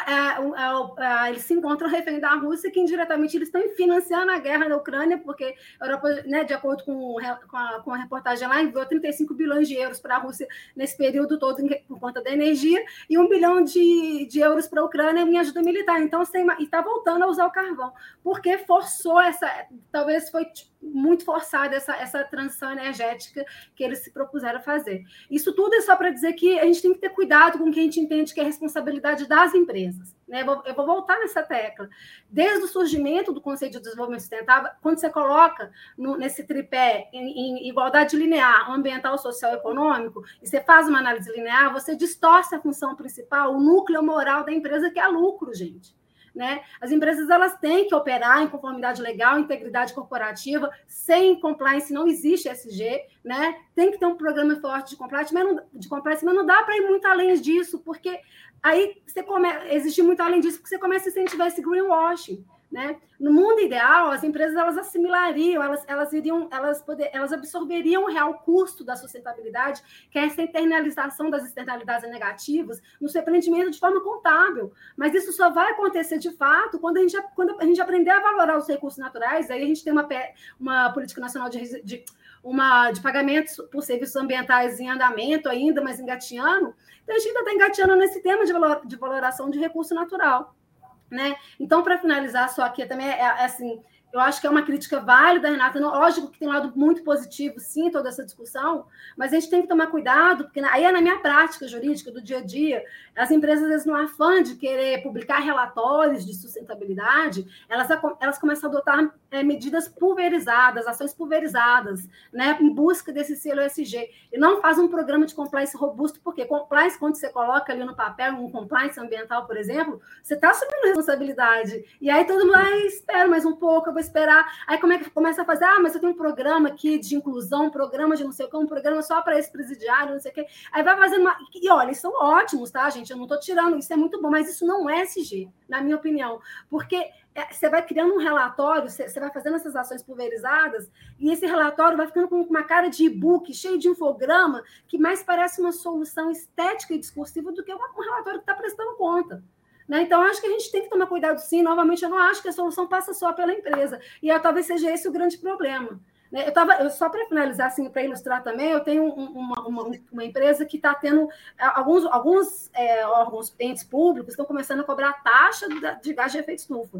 é, é, é, eles se encontram refém da Rússia, que indiretamente eles estão financiando a guerra na Ucrânia, porque a Europa, né, de acordo com, com, a, com a reportagem lá, enviou trinta e cinco bilhões de euros para a Rússia nesse período todo por conta da energia, e um bilhão de, de euros para a Ucrânia em ajuda militar. Então, está voltando a usar o carvão, porque forçou essa, talvez foi muito forçada essa, essa transição energética que eles se propuseram a fazer. Isso tudo é só para dizer que a gente tem que ter cuidado com o que a gente entende que é responsabilidade das empresas. Né? Eu, vou, eu vou voltar nessa tecla. Desde o surgimento do conceito de desenvolvimento sustentável, quando você coloca no, nesse tripé em, em igualdade linear, ambiental, social e econômico, e você faz uma análise linear, você distorce a função principal, o núcleo moral da empresa, que é lucro, gente. Né? As empresas elas têm que operar em conformidade legal, integridade corporativa, sem compliance não existe S G, né? Tem que ter um programa forte de compliance, mas não, de compliance, mas não dá para ir muito além disso, porque aí você come, existe muito além disso, porque você começa a incentivar esse greenwashing. Né? No mundo ideal, as empresas elas assimilariam, elas, elas, iriam, elas, poder, elas absorveriam o real custo da sustentabilidade, que é essa internalização das externalidades negativas, no seu empreendimento de forma contábil. Mas isso só vai acontecer de fato quando a gente, quando a gente aprender a valorar os recursos naturais. Aí a gente tem uma, uma política nacional de, de, uma, de pagamentos por serviços ambientais em andamento ainda, mas engateando. Então, a gente ainda está engateando nesse tema de, valor, de valoração de recurso natural. Né? Então, para finalizar, só aqui também é, é assim, eu acho que é uma crítica válida, Renata. Não, lógico que tem um lado muito positivo, sim, toda essa discussão, mas a gente tem que tomar cuidado, porque aí é na minha prática jurídica do dia a dia, as empresas, às vezes, no afã de querer publicar relatórios de sustentabilidade, elas, elas começam a adotar é, medidas pulverizadas, ações pulverizadas, né, em busca desse selo E S G. E não faz um programa de compliance robusto, porque compliance, quando você coloca ali no papel um compliance ambiental, por exemplo, você está assumindo responsabilidade. E aí todo mundo, ah, espera mais um pouco, eu vou esperar. Aí como é que começa a fazer? Ah, mas eu tenho um programa aqui de inclusão, um programa de não sei o que, um programa só para esse presidiário, não sei o que. Aí vai fazendo uma... E olha, eles são ótimos, tá, gente? Eu não estou tirando, isso é muito bom, mas isso não é S G, na minha opinião. Porque você vai criando um relatório, você vai fazendo essas ações pulverizadas, e esse relatório vai ficando com uma cara de e-book, cheio de infograma, que mais parece uma solução estética e discursiva do que um relatório que está prestando conta. Né? Então, acho que a gente tem que tomar cuidado, sim. Novamente, eu não acho que a solução passa só pela empresa. E eu, talvez seja esse o grande problema. Né? Eu tava, eu, só para finalizar, assim, para ilustrar também, eu tenho um, uma, uma, uma empresa que está tendo... Alguns, alguns é, órgãos, entes públicos estão começando a cobrar taxa de gás de efeito estufa.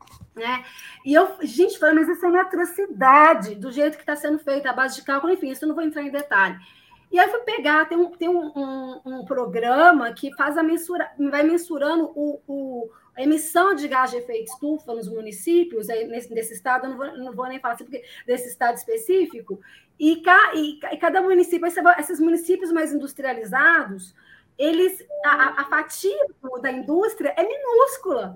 Né? E eu, gente, falei, mas isso é uma atrocidade do jeito que está sendo feito, a base de cálculo, enfim, isso eu não vou entrar em detalhe. E aí eu fui pegar, tem um, tem um, um, um programa que faz a mensura, vai mensurando o, o, a emissão de gás de efeito estufa nos municípios, aí nesse, nesse estado, eu não vou, não vou nem falar assim, porque desse estado específico, e, ca, e, e cada município, esses municípios mais industrializados, eles, a, a fatia da indústria é minúscula.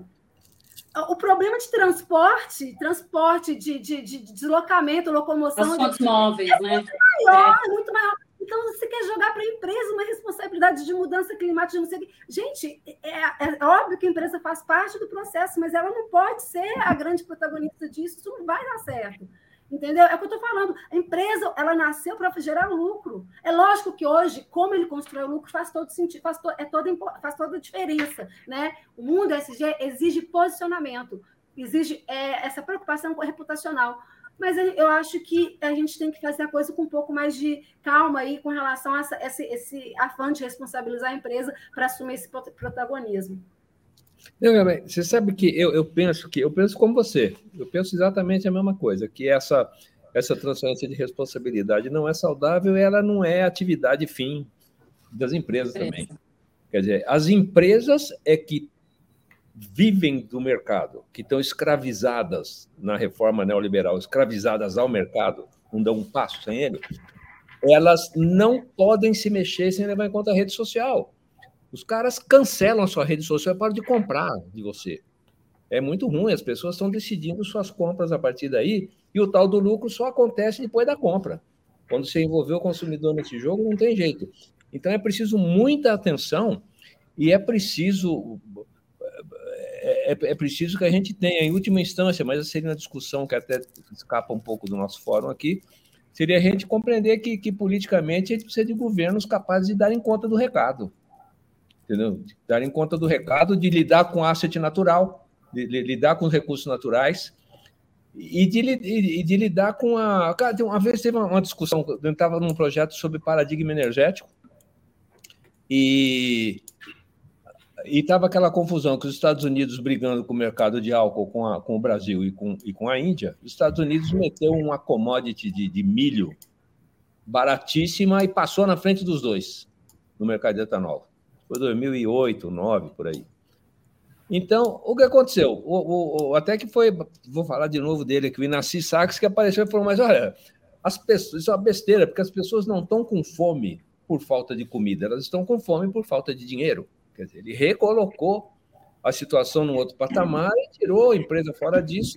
O problema de transporte, transporte de, de, de deslocamento, locomoção... As fontes móveis, é né? Muito maior, é muito maior. Então, você quer jogar para a empresa uma responsabilidade de mudança climática, não sei o quê. Gente, é, é óbvio que a empresa faz parte do processo, mas ela não pode ser a grande protagonista disso, isso não vai dar certo. Entendeu? É o que eu estou falando. A empresa, ela nasceu para gerar lucro. É lógico que hoje, como ele constrói o lucro, faz todo sentido, faz, to, é toda, faz toda a diferença, né? O mundo E S G exige posicionamento, exige é, essa preocupação reputacional. Mas eu acho que a gente tem que fazer a coisa com um pouco mais de calma aí com relação a essa, esse, esse afã de responsabilizar a empresa para assumir esse protagonismo. Você sabe que eu, eu penso que eu penso como você, eu penso exatamente a mesma coisa, que essa, essa transferência de responsabilidade não é saudável, ela não é atividade fim das empresas também. Quer dizer, as empresas é que vivem do mercado, que estão escravizadas na reforma neoliberal, escravizadas ao mercado, não dão um passo sem ele, elas não podem se mexer sem levar em conta a rede social. Os caras cancelam a sua rede social e param de comprar de você. É muito ruim, as pessoas estão decidindo suas compras a partir daí, e o tal do lucro só acontece depois da compra. Quando você envolveu o consumidor nesse jogo, não tem jeito. Então, é preciso muita atenção e é preciso... É, é preciso que a gente tenha, em última instância, mas essa seria uma discussão que até escapa um pouco do nosso fórum aqui, seria a gente compreender que, que politicamente, a gente precisa de governos capazes de darem conta do recado. Entendeu? De darem conta do recado, de lidar com asset natural, de, de lidar com os recursos naturais e de, de, de lidar com a... Cara, uma vez teve uma discussão, eu estava num projeto sobre paradigma energético e... E estava aquela confusão que os Estados Unidos brigando com o mercado de álcool com, a, com o Brasil e com, e com a Índia, os Estados Unidos meteu uma commodity de, de milho baratíssima e passou na frente dos dois no mercado de etanol. Foi dois mil e oito, dois mil e nove, por aí. Então, o que aconteceu? O, o, o, até que foi, vou falar de novo dele aqui, o Inácio Sachs, que apareceu e falou, mas olha, as pessoas, isso é uma besteira, porque as pessoas não estão com fome por falta de comida, elas estão com fome por falta de dinheiro. Quer dizer, ele recolocou a situação num outro patamar e tirou a empresa fora disso.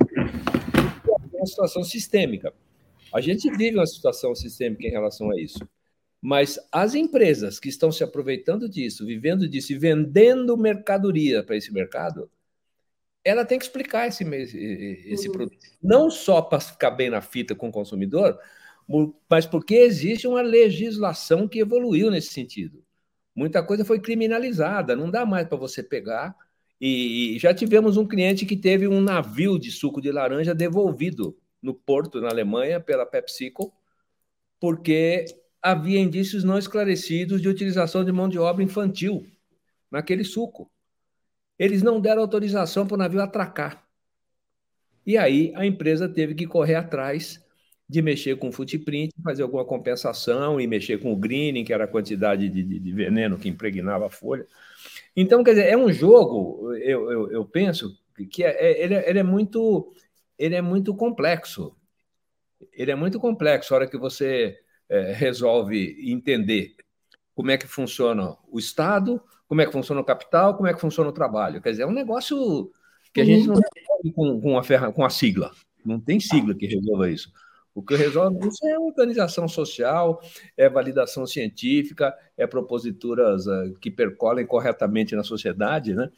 É uma situação sistêmica. A gente vive uma situação sistêmica em relação a isso. Mas as empresas que estão se aproveitando disso, vivendo disso e vendendo mercadoria para esse mercado, ela tem que explicar esse, esse uhum. produto. Não só para ficar bem na fita com o consumidor, mas porque existe uma legislação que evoluiu nesse sentido. Muita coisa foi criminalizada, não dá mais para você pegar. E já tivemos um cliente que teve um navio de suco de laranja devolvido no porto, na Alemanha, pela PepsiCo, porque havia indícios não esclarecidos de utilização de mão de obra infantil naquele suco. Eles não deram autorização para o navio atracar. E aí a empresa teve que correr atrás de mexer com o footprint, fazer alguma compensação e mexer com o greening, que era a quantidade de, de, de veneno que impregnava a folha. Então, quer dizer, é um jogo, eu, eu, eu penso, que é, é, ele, é, ele, é muito, ele é muito complexo. Ele é muito complexo a hora que você é, resolve entender como é que funciona o Estado, como é que funciona o capital, como é que funciona o trabalho. Quer dizer, é um negócio que a gente não resolve com, com, a, ferra, com a sigla. Não tem sigla que resolva isso. O que resolve isso é organização social, é validação científica, é proposituras uh, que percolem corretamente na sociedade, né?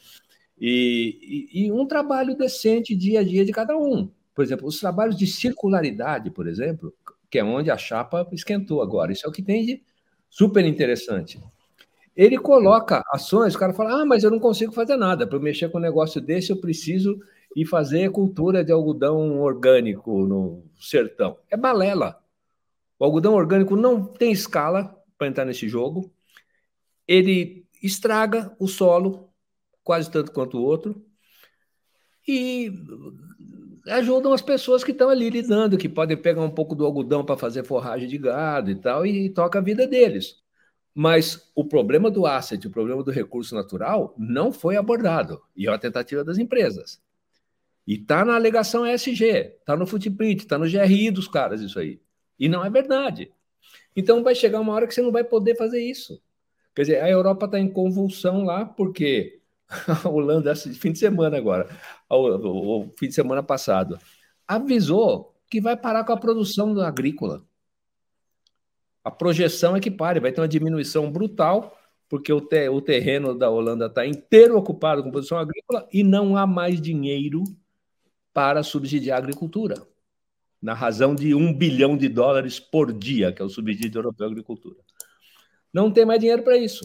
E, e, e um trabalho decente dia a dia de cada um. Por exemplo, os trabalhos de circularidade, por exemplo, que é onde a chapa esquentou agora. Isso é o que tem de super interessante. Ele coloca ações, o cara fala, ah, mas eu não consigo fazer nada. Para mexer com um negócio desse, eu preciso ir fazer cultura de algodão orgânico no sertão. É balela. O algodão orgânico não tem escala para entrar nesse jogo. Ele estraga o solo, quase tanto quanto o outro, e ajudam as pessoas que estão ali lidando, que podem pegar um pouco do algodão para fazer forragem de gado e tal, e toca a vida deles. Mas o problema do asset, o problema do recurso natural, não foi abordado. E é uma tentativa das empresas. E está na alegação E S G, está no footprint, está no G R I dos caras isso aí. E não é verdade. Então vai chegar uma hora que você não vai poder fazer isso. Quer dizer, a Europa está em convulsão lá, porque a Holanda, esse fim de semana agora, o, o fim de semana passado, avisou que vai parar com a produção agrícola. A projeção é que pare, vai ter uma diminuição brutal, porque o, te, o terreno da Holanda está inteiro ocupado com produção agrícola e não há mais dinheiro para subsidiar a agricultura, na razão de um bilhão de dólares por dia, que é o subsídio europeu à agricultura. Não tem mais dinheiro para isso.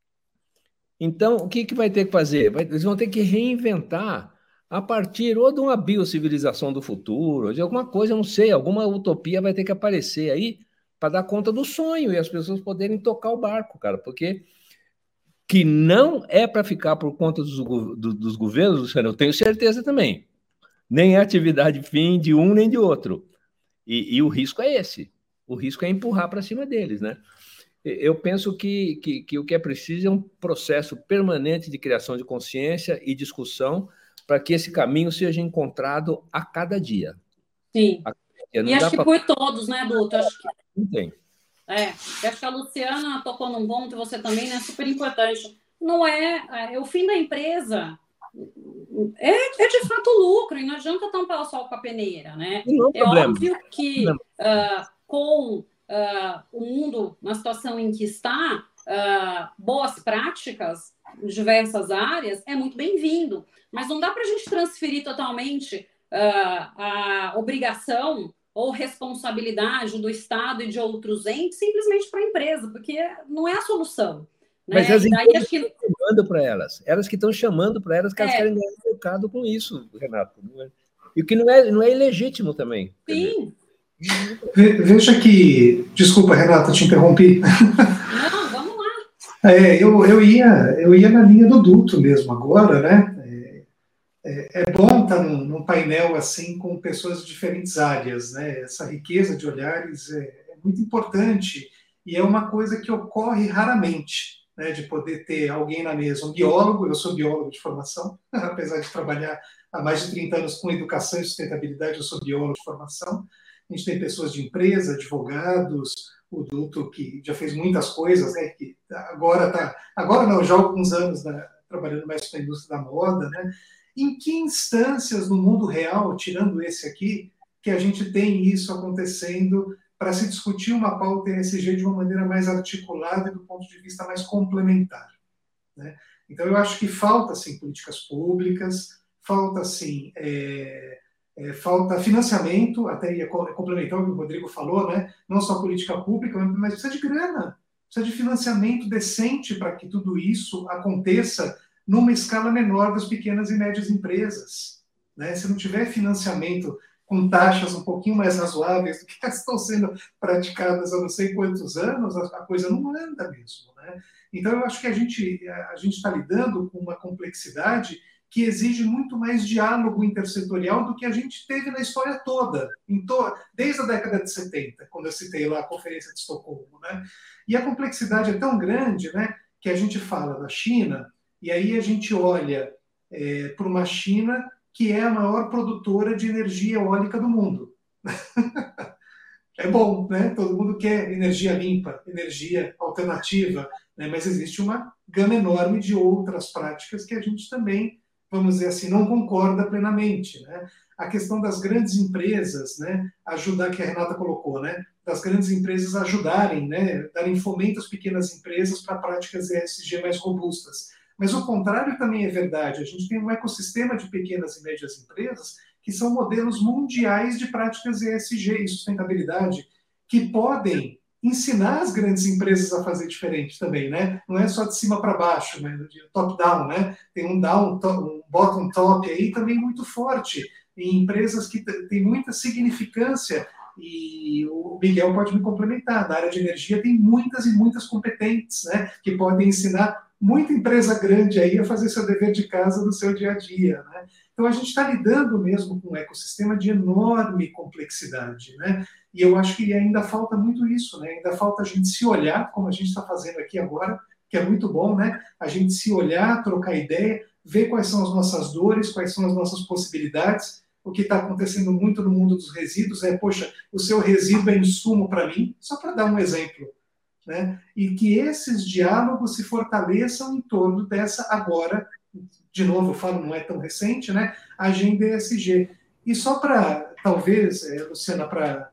Então, o que, que vai ter que fazer? Vai, eles vão ter que reinventar a partir ou de uma biocivilização do futuro, ou de alguma coisa, eu não sei, alguma utopia vai ter que aparecer aí para dar conta do sonho e as pessoas poderem tocar o barco, cara, porque que não é para ficar por conta dos, do, dos governos, Luciano, eu tenho certeza também. Nem é atividade fim de um nem de outro. E, e o risco é esse. O risco é empurrar para cima deles, né? Eu penso que, que, que o que é preciso é um processo permanente de criação de consciência e discussão para que esse caminho seja encontrado a cada dia. Sim. A cada dia. E acho que pra... por todos, né, Duto? Acho que... Não tem. É, eu acho que a Luciana tocou num ponto, e você também, né, super importante. Não é, é o fim da empresa, é, é de fato lucro, e não adianta tampar o sol com a peneira, né? Não é, é problema. óbvio que uh, com uh, o mundo na situação em que está, uh, boas práticas em diversas áreas é muito bem-vindo, mas não dá para a gente transferir totalmente uh, a obrigação ou responsabilidade do Estado e de outros entes simplesmente para a empresa, porque não é a solução. Né? Mas as e daí, empresas acho que... estão chamando para elas, elas que estão chamando para elas, que elas é. querem ganhar mercado com isso, Renato. E o que não é, não é ilegítimo também. Sim. Veja que... Desculpa, Renata, te interrompi. Não, vamos lá. É, eu, eu, ia, eu ia na linha do Duto mesmo agora, né? É, é bom estar num, num painel assim com pessoas de diferentes áreas, né? Essa riqueza de olhares é, é muito importante e é uma coisa que ocorre raramente, né? De poder ter alguém na mesa, um biólogo, eu sou biólogo de formação, apesar de trabalhar há mais de trinta anos com educação e sustentabilidade, eu sou biólogo de formação. A gente tem pessoas de empresa, advogados, o Duto que já fez muitas coisas, né? Que agora tá, agora não, já há alguns anos, né? Trabalhando mais com a indústria da moda, né? Em que instâncias no mundo real, tirando esse aqui, que a gente tem isso acontecendo para se discutir uma pauta E S G de uma maneira mais articulada e do ponto de vista mais complementar, né? Então, eu acho que falta, sim, políticas públicas, falta, sim, é, é, falta financiamento, até ia complementar o que o Rodrigo falou, né? Não só política pública, mas precisa de grana, precisa de financiamento decente para que tudo isso aconteça numa escala menor das pequenas e médias empresas, né? Se não tiver financiamento com taxas um pouquinho mais razoáveis do que estão sendo praticadas há não sei quantos anos, a coisa não anda mesmo, né? Então, eu acho que a gente a gente está lidando com uma complexidade que exige muito mais diálogo intersetorial do que a gente teve na história toda, em to... desde a década de setenta, quando eu citei lá a Conferência de Estocolmo, né? E a complexidade é tão grande, né, que a gente fala da China. E aí a gente olha é, para uma China que é a maior produtora de energia eólica do mundo. É bom, né? Todo mundo quer energia limpa, energia alternativa, né? Mas existe uma gama enorme de outras práticas que a gente também, vamos dizer assim, não concorda plenamente, né? A questão das grandes empresas, né? Ajudar, que a Renata colocou, né? Das grandes empresas ajudarem, né? Darem fomento às pequenas empresas para práticas E S G mais robustas. Mas o contrário também é verdade. A gente tem um ecossistema de pequenas e médias empresas que são modelos mundiais de práticas E S G e sustentabilidade que podem ensinar as grandes empresas a fazer diferente também, né? Não é só de cima para baixo, né? De top-down, né? Tem um down, um bottom-top aí também muito forte em empresas que têm muita significância e o Miguel pode me complementar. Na área de energia tem muitas e muitas competentes, né? Que podem ensinar muita empresa grande aí a fazer seu dever de casa no seu dia a dia, né? Então, a gente está lidando mesmo com um ecossistema de enorme complexidade, né? E eu acho que ainda falta muito isso, né? Ainda falta a gente se olhar, como a gente está fazendo aqui agora, que é muito bom, né? A gente se olhar, trocar ideia, ver quais são as nossas dores, quais são as nossas possibilidades. O que está acontecendo muito no mundo dos resíduos é, poxa, o seu resíduo é insumo para mim, só para dar um exemplo. Né? E que esses diálogos se fortaleçam em torno dessa, agora, de novo, eu falo, não é tão recente, né? Agenda E S G. E só para, talvez, é, Luciana, para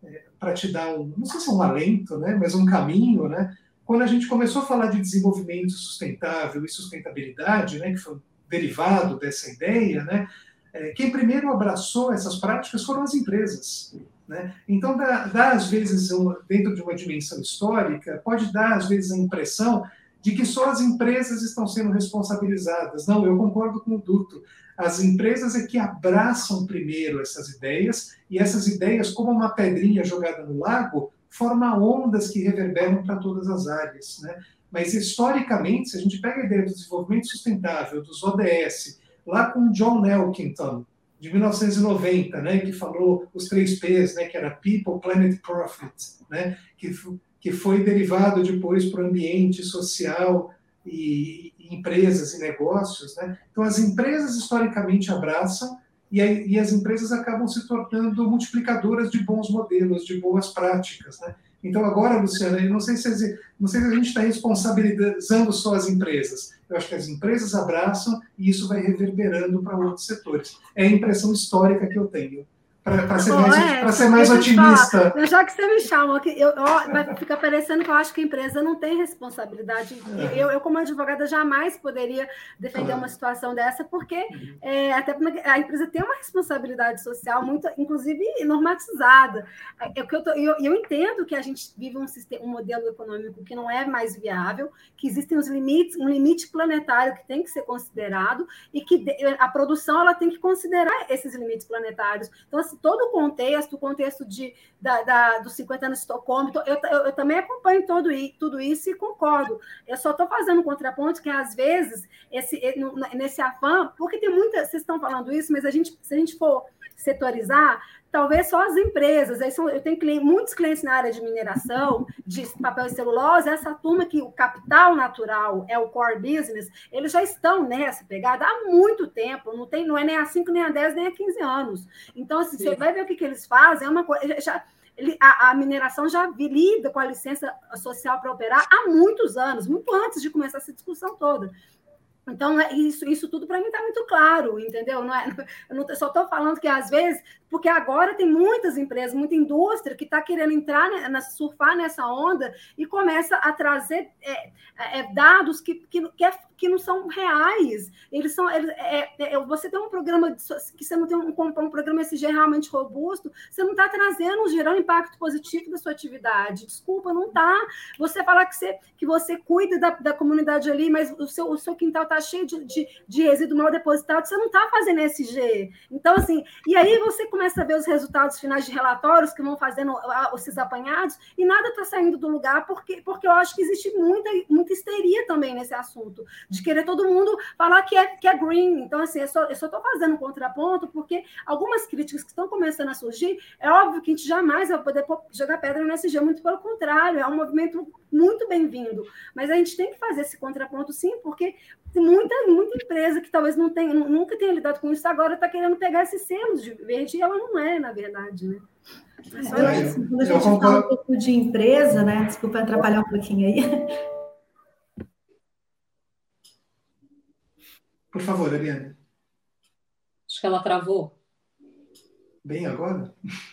é, para te dar um, não sei se é um alento, né, mas um caminho, né, quando a gente começou a falar de desenvolvimento sustentável e sustentabilidade, né, que foi um derivado dessa ideia, né, é, quem primeiro abraçou essas práticas foram as empresas. Né? Então, dá, dá, às vezes, dentro de uma dimensão histórica, pode dar, às vezes, a impressão de que só as empresas estão sendo responsabilizadas. Não, eu concordo com o Duto. As empresas é que abraçam primeiro essas ideias, e essas ideias, como uma pedrinha jogada no lago, formam ondas que reverberam para todas as áreas. Né? Mas, historicamente, se a gente pega a ideia do desenvolvimento sustentável, dos O D S, lá com John Elkington, de mil novecentos e noventa, né, que falou os três P's, né, que era People, Planet, Profit, né, que, que foi derivado depois para o ambiente social e, e empresas e negócios. Né? Então, as empresas historicamente abraçam e, a, e as empresas acabam se tornando multiplicadoras de bons modelos, de boas práticas. Né? Então, agora, Luciana, eu não sei se, não sei se a gente está responsabilizando só as empresas. Eu acho que as empresas abraçam e isso vai reverberando para outros setores. É a impressão histórica que eu tenho. Para ser mais, é, ser mais otimista. Falar, já que você me chama, eu, eu, vai ficar parecendo que eu acho que a empresa não tem responsabilidade. É. Eu, eu, como advogada, jamais poderia defender ah. uma situação dessa, porque uhum. é, até a empresa tem uma responsabilidade social muito, inclusive, normatizada. Eu, eu, eu, eu entendo que a gente vive um, sistema, um modelo econômico que não é mais viável, que existem os limites, um limite planetário que tem que ser considerado e que a produção ela tem que considerar esses limites planetários. Então, assim, todo o contexto, o contexto de, da, da, dos cinquenta anos de Estocolmo, eu, eu, eu também acompanho todo, tudo isso e concordo. Eu só estou fazendo um contraponto que, às vezes, esse, nesse afã, porque tem muitas, vocês estão falando isso, mas a gente, se a gente for setorizar, talvez só as empresas. Aí são, eu tenho clientes, muitos clientes na área de mineração, de papel e celulose, essa turma que o capital natural é o core business, eles já estão nessa pegada há muito tempo, não, tem, não é nem há cinco, nem há dez, nem há quinze anos. Então, assim, você vai ver o que, que eles fazem, é uma coisa... Já, a, a mineração já lida com a licença social para operar há muitos anos, muito antes de começar essa discussão toda. Então, isso, isso tudo para mim está muito claro, entendeu? Não é, eu não, só estou falando que, às vezes, porque agora tem muitas empresas, muita indústria que está querendo entrar, na, surfar nessa onda e começa a trazer é, é, dados que, que, que, é, que não são reais. Eles são, eles, é, é, você tem um programa, de, que você não tem um, um programa E S G realmente robusto, você não está trazendo, gerando impacto positivo da sua atividade. Desculpa, não está. Você falar que você, que você cuida da, da comunidade ali, mas o seu, o seu quintal está cheio de, de, de resíduo mal depositado, você não está fazendo E S G. Então, assim, e aí você começa a ver os resultados finais de relatórios que vão fazendo esses apanhados e nada está saindo do lugar, porque, porque eu acho que existe muita, muita histeria também nesse assunto, de querer todo mundo falar que é, que é green. Então, assim, eu só estou fazendo um contraponto, porque algumas críticas que estão começando a surgir, é óbvio que a gente jamais vai poder jogar pedra no E S G, muito pelo contrário, é um movimento muito bem-vindo, mas a gente tem que fazer esse contraponto sim, porque tem muita, muita empresa que talvez não tenha, nunca tenha lidado com isso, agora está querendo pegar esses selos de verde, e ela não é, na verdade, né? É só é, isso. Quando a gente fala um pouco de empresa, né? Desculpa atrapalhar um pouquinho aí. Por favor, Ariane. Acho que ela travou. Bem agora?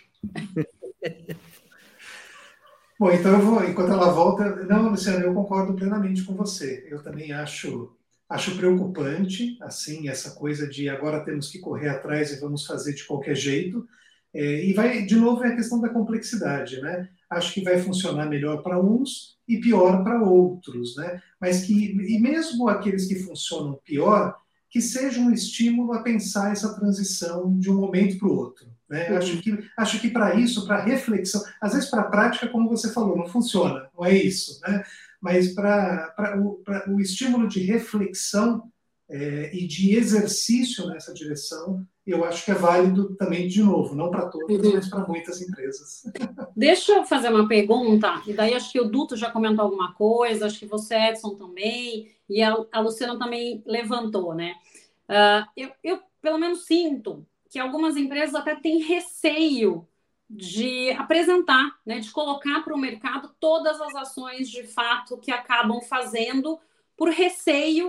Bom, então eu vou, enquanto ela volta... Não, Luciana, eu concordo plenamente com você. Eu também acho, acho preocupante, assim, essa coisa de agora temos que correr atrás e vamos fazer de qualquer jeito. É, e vai, de novo, é a questão da complexidade, né? Acho que vai funcionar melhor para uns e pior para outros, né? Mas que, e mesmo aqueles que funcionam pior, que seja um estímulo a pensar essa transição de um momento para o outro. Né? Uhum. Acho que, acho que para isso, para reflexão, às vezes para a prática, como você falou, não funciona, não é isso, né? Mas para o, o estímulo de reflexão é, e de exercício nessa direção, eu acho que é válido também, de novo, não para todas, uhum. mas para muitas empresas. Deixa eu fazer uma pergunta, e daí acho que o Duto já comentou alguma coisa, acho que você, Edson, também, e a, a Luciana também levantou, né? Uh, eu, eu, pelo menos, sinto que algumas empresas até têm receio de apresentar, né, de colocar para o mercado todas as ações de fato que acabam fazendo por receio.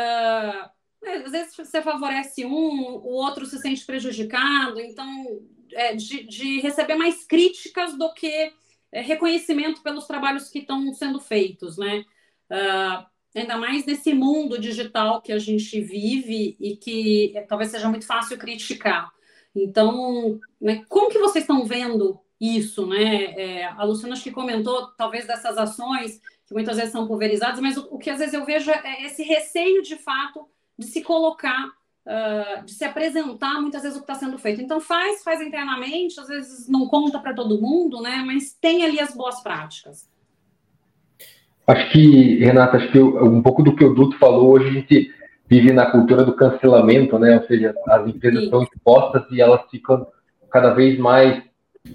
Uh, às vezes você favorece um, o outro se sente prejudicado, então é, de, de receber mais críticas do que é, reconhecimento pelos trabalhos que estão sendo feitos, né? Uh, ainda mais nesse mundo digital que a gente vive e que é, talvez seja muito fácil criticar. Então, né, como que vocês estão vendo isso, né? É, a Luciana acho que comentou, talvez, dessas ações que muitas vezes são pulverizadas, mas o, o que às vezes eu vejo é esse receio, de fato, de se colocar, uh, de se apresentar, muitas vezes, o que está sendo feito. Então, faz, faz internamente, às vezes não conta para todo mundo, né? Mas tem ali as boas práticas. Acho que, Renata, acho que um pouco do que o Duto falou, hoje a gente vive na cultura do cancelamento, né? Ou seja, as empresas Sim. estão expostas e elas ficam cada vez mais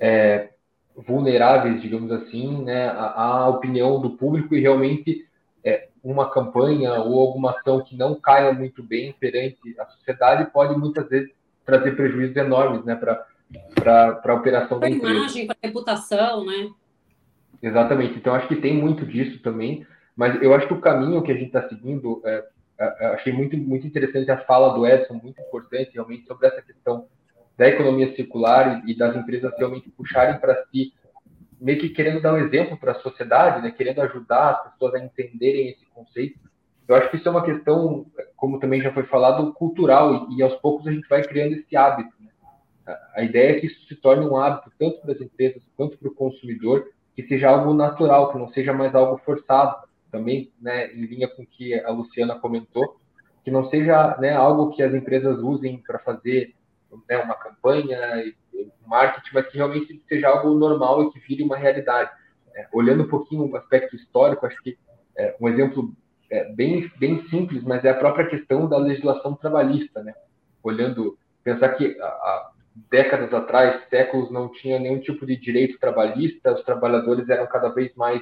é, vulneráveis, digamos assim, né? À, à opinião do público, e realmente é, uma campanha ou alguma ação que não caia muito bem perante a sociedade pode muitas vezes trazer prejuízos enormes, né? Para para a operação da empresa. Para a imagem, para a reputação, né? Exatamente. Então, acho que tem muito disso também, mas eu acho que o caminho que a gente está seguindo, é, é, achei muito, muito interessante a fala do Edson, muito importante realmente sobre essa questão da economia circular e, e das empresas realmente puxarem para si, meio que querendo dar um exemplo para a sociedade, né, querendo ajudar as pessoas a entenderem esse conceito. Eu acho que isso é uma questão, como também já foi falado, cultural, e, e aos poucos a gente vai criando esse hábito. Né? A, a ideia é que isso se torne um hábito tanto para as empresas quanto para o consumidor, que seja algo natural, que não seja mais algo forçado, também, né, em linha com o que a Luciana comentou, que não seja, né, algo que as empresas usem para fazer, né, uma campanha, um marketing, mas que realmente seja algo normal e que vire uma realidade. É, olhando um pouquinho o aspecto histórico, acho que é, um exemplo é, bem, bem simples, mas é a própria questão da legislação trabalhista, né? Olhando, pensar que a, a décadas atrás, séculos, não tinha nenhum tipo de direito trabalhista, os trabalhadores eram cada vez mais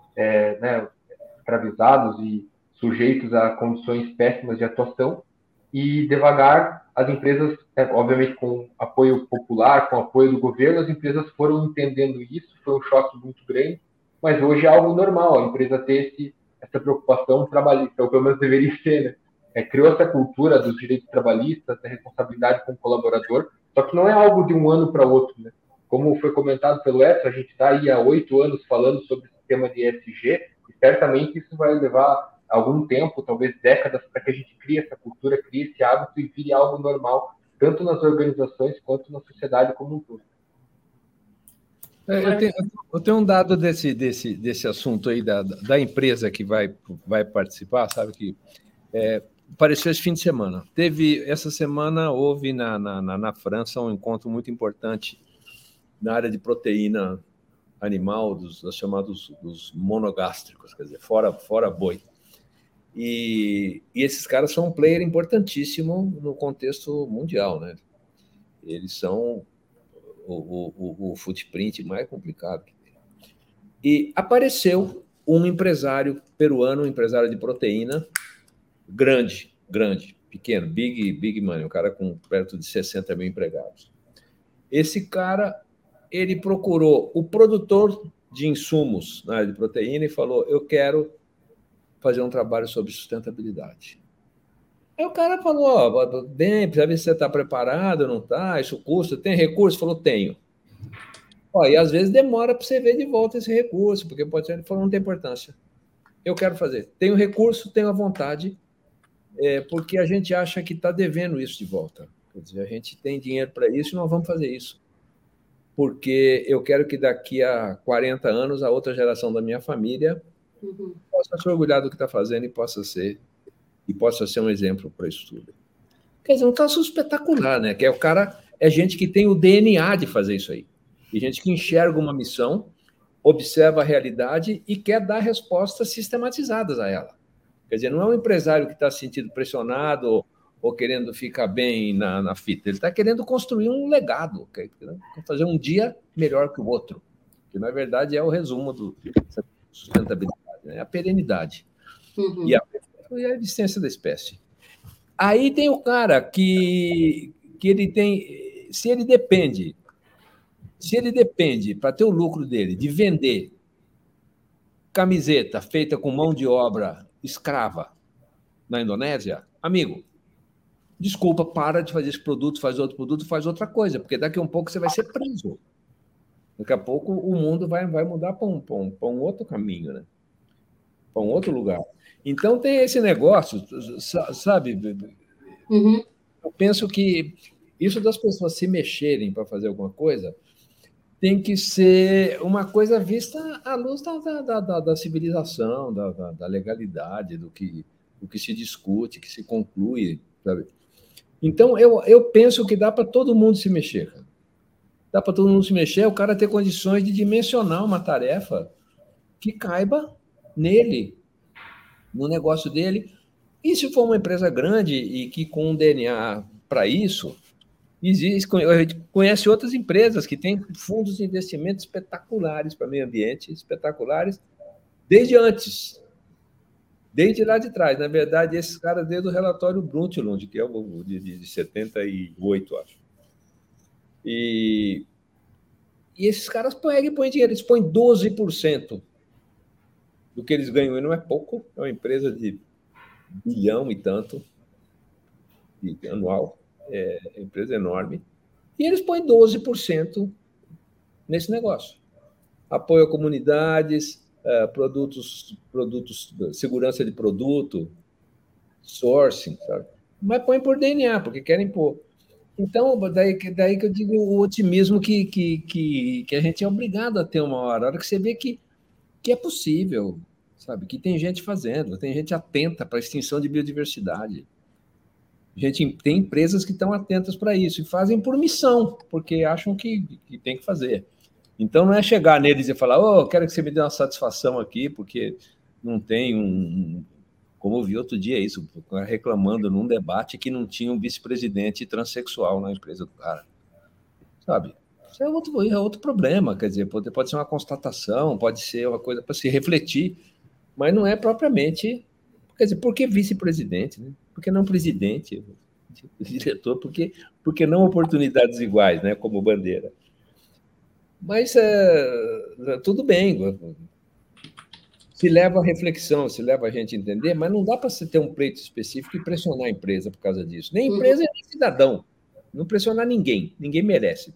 é, né, escravizados e sujeitos a condições péssimas de atuação, e devagar as empresas, é, obviamente com apoio popular, com apoio do governo, as empresas foram entendendo isso, foi um choque muito grande, mas hoje é algo normal a empresa ter esse, essa preocupação trabalhista, ou pelo menos deveria ser, né? É, criou essa cultura dos direitos trabalhistas, da responsabilidade com o colaborador, só que não é algo de um ano para outro, né? Como foi comentado pelo Edson, a gente está aí há oito anos falando sobre o sistema de E S G, e certamente isso vai levar algum tempo, talvez décadas, para que a gente crie essa cultura, crie esse hábito e vire algo normal, tanto nas organizações quanto na sociedade como um todo. Eu tenho, eu tenho um dado desse, desse, desse assunto aí da, da empresa que vai, vai participar, sabe, que é, apareceu esse fim de semana. Teve, essa semana houve na, na, na França um encontro muito importante na área de proteína animal, dos, dos chamados dos monogástricos, quer dizer, fora, fora boi. E, e esses caras são um player importantíssimo no contexto mundial, né? Eles são o, o, o footprint mais complicado que tem. E apareceu um empresário peruano, um empresário de proteína, grande, grande, pequeno, big, big money, um cara com perto de sessenta mil empregados. Esse cara, ele procurou o produtor de insumos na área de proteína e falou, eu quero fazer um trabalho sobre sustentabilidade. Aí o cara falou, ó, bem, precisa ver se você está preparado, não está, isso custa, tem recurso? Falou, tenho. Ó, e às vezes demora para você ver de volta esse recurso, porque pode ser, ele falou, não tem importância. Eu quero fazer. Tenho recurso, tenho a vontade, é, porque a gente acha que está devendo isso de volta. Quer dizer, a gente tem dinheiro para isso e nós vamos fazer isso. Porque eu quero que daqui a quarenta anos a outra geração da minha família uhum. possa se orgulhar do que está fazendo e possa ser e possa ser um exemplo para isso tudo. Quer dizer, um caso espetacular, né? Que é o cara, é gente que tem o D N A de fazer isso aí. E gente que enxerga uma missão, observa a realidade e quer dar respostas sistematizadas a ela. Quer dizer, não é um empresário que está se sentindo pressionado ou, ou querendo ficar bem na, na fita. Ele está querendo construir um legado, quer fazer um dia melhor que o outro. Que, na verdade, é o resumo do sustentabilidade, né? A perenidade. Uhum. E, a, e a existência da espécie. Aí tem o cara que, que ele tem... Se ele depende... Se ele depende, para ter o lucro dele, de vender camiseta feita com mão de obra escrava na Indonésia, amigo, desculpa, para de fazer esse produto, faz outro produto, faz outra coisa, porque daqui a um pouco você vai ser preso. Daqui a pouco o mundo vai, vai mudar para um, para um, para um outro caminho, né? Para um outro lugar. Então, tem esse negócio, sabe? Uhum. Eu penso que isso das pessoas se mexerem para fazer alguma coisa tem que ser uma coisa vista à luz da, da, da, da civilização, da, da, da legalidade, do que, do que se discute, que se conclui, sabe? Então, eu, eu penso que dá para todo mundo se mexer. Cara. Dá para todo mundo se mexer, o cara ter condições de dimensionar uma tarefa que caiba nele, no negócio dele. E se for uma empresa grande e que com um D N A para isso, existe, a gente conhece outras empresas que têm fundos de investimento espetaculares para meio ambiente, espetaculares, desde antes, desde lá de trás. Na verdade, esses caras, desde o relatório Brundtland, que é o de, de setenta e oito, acho. E, e esses caras põem, põem dinheiro, eles põem doze por cento do que eles ganham, e não é pouco, é uma empresa de bilhão e tanto de anual, é uma empresa enorme, e eles põem doze por cento nesse negócio. Apoio a comunidades, uh, produtos, produtos, segurança de produto, sourcing, sabe? Mas põem por D N A, porque querem pôr. Então, daí, daí que eu digo o otimismo que, que, que, que a gente é obrigado a ter uma hora, a hora que você vê que, que é possível, sabe? Que tem gente fazendo, tem gente atenta para a extinção de biodiversidade. Gente, tem empresas que estão atentas para isso e fazem por missão, porque acham que, que tem que fazer. Então, não é chegar neles e falar, oh, quero que você me dê uma satisfação aqui, porque não tem um... Como eu vi outro dia isso, reclamando num debate que não tinha um vice-presidente transexual na empresa do cara. Sabe? Isso é outro, é outro problema, quer dizer, pode, pode ser uma constatação, pode ser uma coisa para se refletir, mas não é propriamente... Quer dizer, por que vice-presidente, né? Por que não presidente, diretor? Por que, por que não oportunidades iguais, né? Como bandeira? Mas é, tudo bem, se leva a reflexão, se leva a gente a entender, mas não dá para você ter um pleito específico e pressionar a empresa por causa disso. Nem empresa, nem cidadão. Não pressionar ninguém, ninguém merece.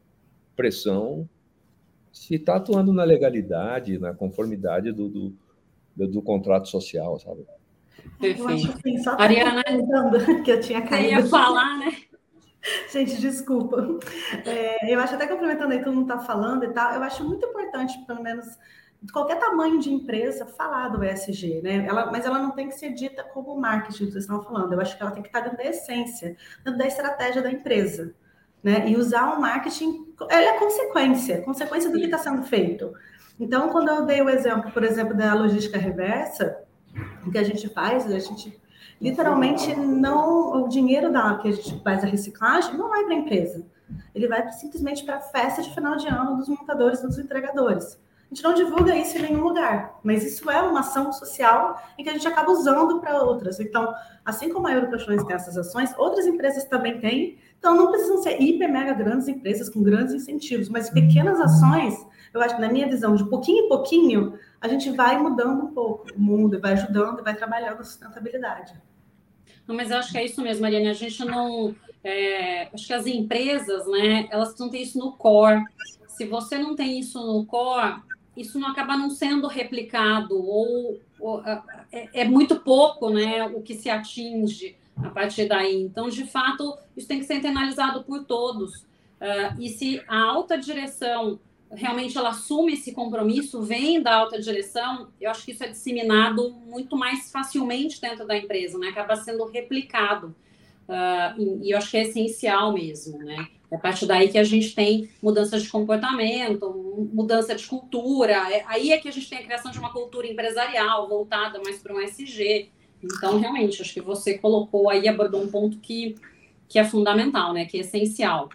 Pressão se está atuando na legalidade, na conformidade do, do, do, do contrato social, sabe? Perfeito. Eu acho assim, só Ariana, que eu tinha caído. Eu ia falar, né? Gente, desculpa. É, eu acho até complementando aí, todo mundo está falando e tal, eu acho muito importante, pelo menos, de qualquer tamanho de empresa, falar do E S G, né? Ela, mas ela não tem que ser dita como marketing, que vocês estão falando. Eu acho que ela tem que estar dentro da essência, dentro da estratégia da empresa, né? E usar o marketing, ela é consequência, consequência do que está sendo feito. Então, quando eu dei o exemplo, por exemplo, da logística reversa, o que a gente faz, a gente literalmente não, o dinheiro da, que a gente faz a reciclagem não vai para a empresa, ele vai simplesmente para a festa de final de ano dos montadores, dos entregadores. A gente não divulga isso em nenhum lugar, mas isso é uma ação social em que a gente acaba usando para outras. Então, assim como a Eurocolchões tem essas ações, outras empresas também têm, então não precisam ser hiper, mega grandes empresas com grandes incentivos, mas pequenas ações, eu acho que na minha visão, de pouquinho em pouquinho, a gente vai mudando um pouco o mundo, vai ajudando, vai trabalhando a sustentabilidade. Não, mas eu acho que é isso mesmo, Mariane. A gente não... É, acho que as empresas, né, elas precisam ter isso no core. Se você não tem isso no core, isso não acaba não sendo replicado, ou, ou é, é muito pouco, né, o que se atinge a partir daí. Então, de fato, isso tem que ser internalizado por todos. Uh, e se a alta direção realmente ela assume esse compromisso, vem da alta direção, eu acho que isso é disseminado muito mais facilmente dentro da empresa, né? Acaba sendo replicado. Uh, e, e eu acho que é essencial mesmo, né? É a partir daí que a gente tem mudança de comportamento, mudança de cultura. É, aí é que a gente tem a criação de uma cultura empresarial voltada mais para um E S G. Então, realmente, acho que você colocou aí, abordou um ponto que, que é fundamental, né? Que é essencial.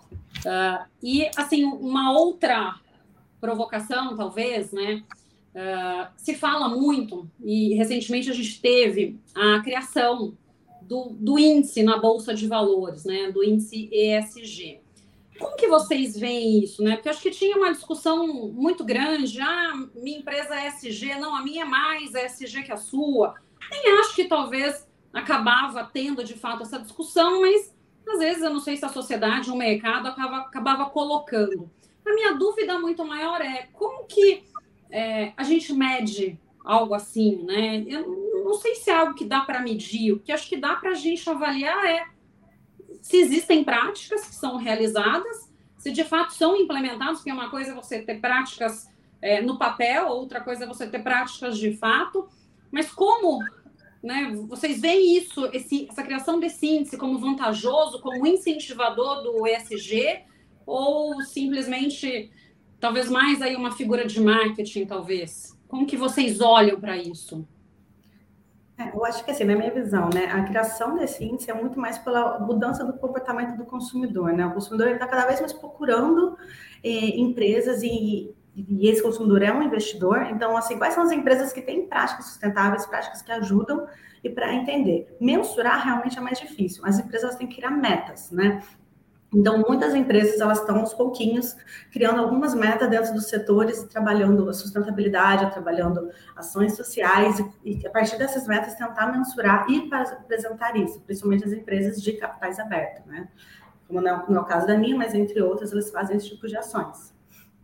Uh, e, assim, uma outra provocação, talvez, né? Uh, se fala muito, e recentemente a gente teve a criação do, do índice na Bolsa de Valores, né? Do índice E S G. Como que vocês veem isso, né? Porque acho que tinha uma discussão muito grande, ah, minha empresa é E S G, não, a minha é mais E S G que a sua. Nem acho que talvez acabava tendo, de fato, essa discussão, mas, às vezes, eu não sei se a sociedade, o mercado, acaba, acabava colocando. A minha dúvida muito maior é como que é, a gente mede algo assim, né? Eu não sei se é algo que dá para medir. O que acho que dá para a gente avaliar é se existem práticas que são realizadas, se de fato são implementadas, porque uma coisa é você ter práticas é, no papel, outra coisa é você ter práticas de fato, mas como, né, vocês veem isso, esse, essa criação desse índice como vantajoso, como incentivador do E S G, ou simplesmente, talvez mais aí uma figura de marketing, talvez? Como que vocês olham para isso? É, eu acho que, assim, na minha visão, né, a criação desse índice é muito mais pela mudança do comportamento do consumidor, né? O consumidor está cada vez mais procurando eh, empresas e, e esse consumidor é um investidor. Então, assim, quais são as empresas que têm práticas sustentáveis, práticas que ajudam, e para entender. Mensurar realmente é mais difícil. As empresas têm que criar metas, né? Então, muitas empresas, elas estão aos pouquinhos criando algumas metas dentro dos setores, trabalhando a sustentabilidade, trabalhando ações sociais, e, e a partir dessas metas tentar mensurar e apresentar isso, principalmente as empresas de capitais abertos, né? Como não é, não é o caso da minha, mas entre outras, eles fazem esse tipo de ações.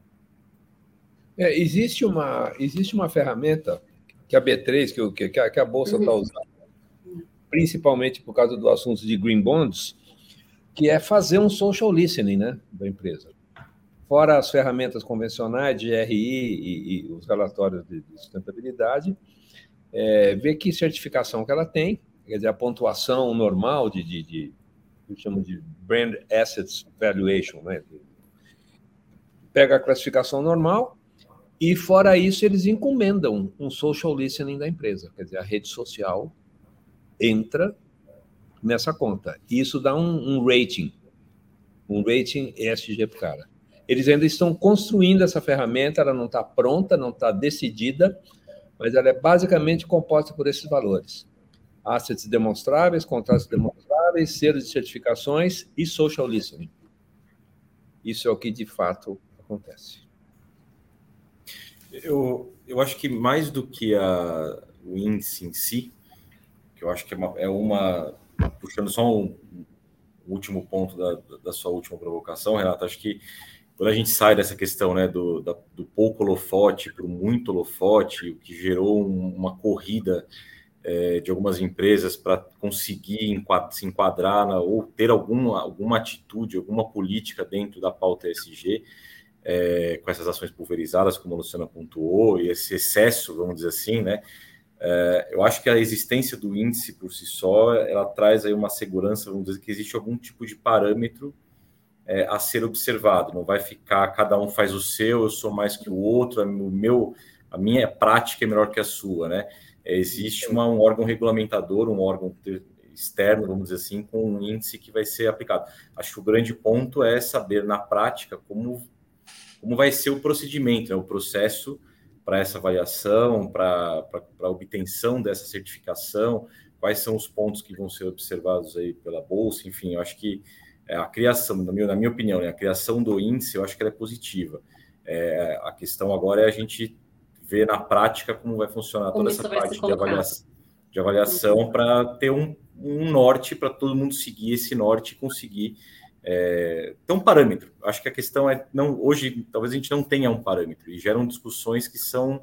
É, existe, uma, existe uma ferramenta que a B três, que, que, que a Bolsa está usando, principalmente por causa do assunto de green bonds, que é fazer um social listening, né, da empresa. Fora as ferramentas convencionais de R I e, e os relatórios de sustentabilidade, é, ver que certificação que ela tem, quer dizer, a pontuação normal de, de, de que chamam de Brand Assets Valuation, né? Pega a classificação normal e, fora isso, eles encomendam um social listening da empresa, quer dizer, a rede social entra nessa conta. E isso dá um, um rating, um rating E S G para o cara. Eles ainda estão construindo essa ferramenta, ela não está pronta, não está decidida, mas ela é basicamente composta por esses valores. Assets demonstráveis, contratos demonstráveis, selos de certificações e social listening. Isso é o que, de fato, acontece. Eu, eu acho que mais do que a, o índice em si, que eu acho que é uma... É uma puxando só um, um último ponto da, da sua última provocação, Renato, acho que quando a gente sai dessa questão, né, do, da, do pouco holofote para o muito holofote, o que gerou um, uma corrida é, de algumas empresas para conseguir enquadra, se enquadrar na, ou ter alguma, alguma atitude, alguma política dentro da pauta E S G, é, com essas ações pulverizadas, como a Luciana pontuou, e esse excesso, vamos dizer assim, né? É, eu acho que a existência do índice por si só, ela traz aí uma segurança, vamos dizer, que existe algum tipo de parâmetro é, a ser observado. Não vai ficar, cada um faz o seu, eu sou mais que o outro, o meu, a minha prática é melhor que a sua, né? É, existe uma, um órgão regulamentador, um órgão externo, vamos dizer assim, com um índice que vai ser aplicado. Acho que o grande ponto é saber na prática como, como vai ser o procedimento, né? O processo para essa avaliação, para a obtenção dessa certificação, quais são os pontos que vão ser observados aí pela Bolsa, enfim, eu acho que a criação, na minha, na minha opinião, né, a criação do índice, eu acho que ela é positiva. É, a questão agora é a gente ver na prática como vai funcionar como toda essa parte de avaliação, de avaliação para ter um, um norte, para todo mundo seguir esse norte e conseguir É, tem um parâmetro. Acho que a questão é, não, hoje talvez a gente não tenha um parâmetro e geram discussões que são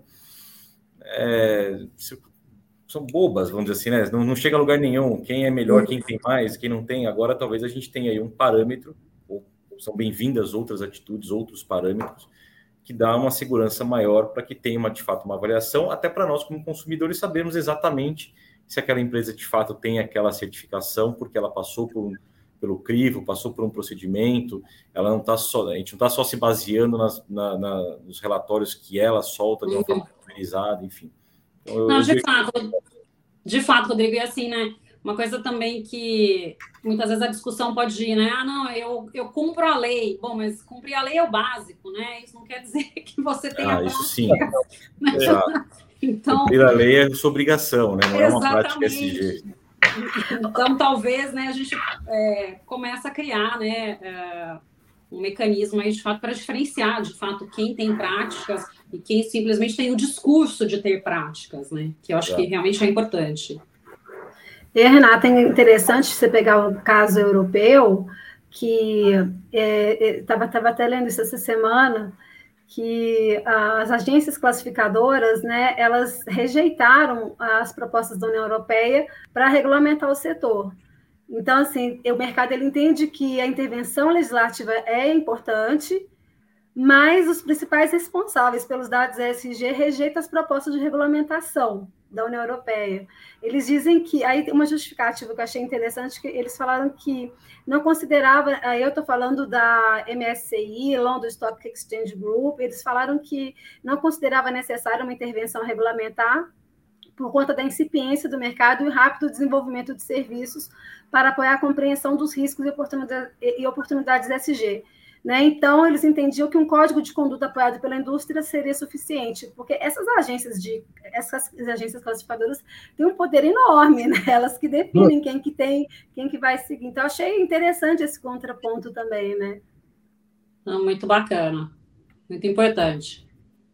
é, são bobas, vamos dizer assim, né? Não, não chega a lugar nenhum. Quem é melhor, quem tem mais, quem não tem. Agora talvez a gente tenha aí um parâmetro, ou são bem-vindas outras atitudes, outros parâmetros, que dá uma segurança maior para que tenha uma, de fato uma avaliação, até para nós como consumidores sabermos exatamente se aquela empresa de fato tem aquela certificação, porque ela passou por um pelo crivo, passou por um procedimento, ela não tá só, a gente não está só se baseando nas, na, na, nos relatórios que ela solta de uma forma pulverizada, enfim. Então, eu, não, eu de fato, de fato, Rodrigo, e assim, né, uma coisa também que muitas vezes a discussão pode ir, né, ah, não, eu, eu cumpro a lei, bom, mas cumprir a lei é o básico, né, isso não quer dizer que você tenha... Ah, isso sim. Né? Então, cumprir a lei é sua obrigação, né, não é uma prática S G. Então, talvez, né, a gente é, comece a criar, né, é, um mecanismo aí, de fato, para diferenciar, de fato, quem tem práticas e quem simplesmente tem o discurso de ter práticas, né, que eu acho é. que realmente é importante. E, Renata, é interessante você pegar o caso europeu, que estava é, até lendo isso essa semana, que as agências classificadoras, né, elas rejeitaram as propostas da União Europeia para regulamentar o setor. Então, assim, o mercado ele entende que a intervenção legislativa é importante, mas os principais responsáveis pelos dados E S G rejeitam as propostas de regulamentação da União Europeia. Eles dizem que, aí tem uma justificativa que eu achei interessante, que eles falaram que não considerava, aí eu estou falando da M S C I, London Stock Exchange Group, eles falaram que não considerava necessária uma intervenção regulamentar por conta da incipiência do mercado e o rápido desenvolvimento de serviços para apoiar a compreensão dos riscos e oportunidades, e oportunidades E S G. Né? Então, eles entendiam que um código de conduta apoiado pela indústria seria suficiente, porque essas agências, de, essas agências classificadoras têm um poder enorme, né? Elas que definem quem que tem, quem que vai seguir. Então, achei interessante esse contraponto também, né? Muito bacana, muito importante.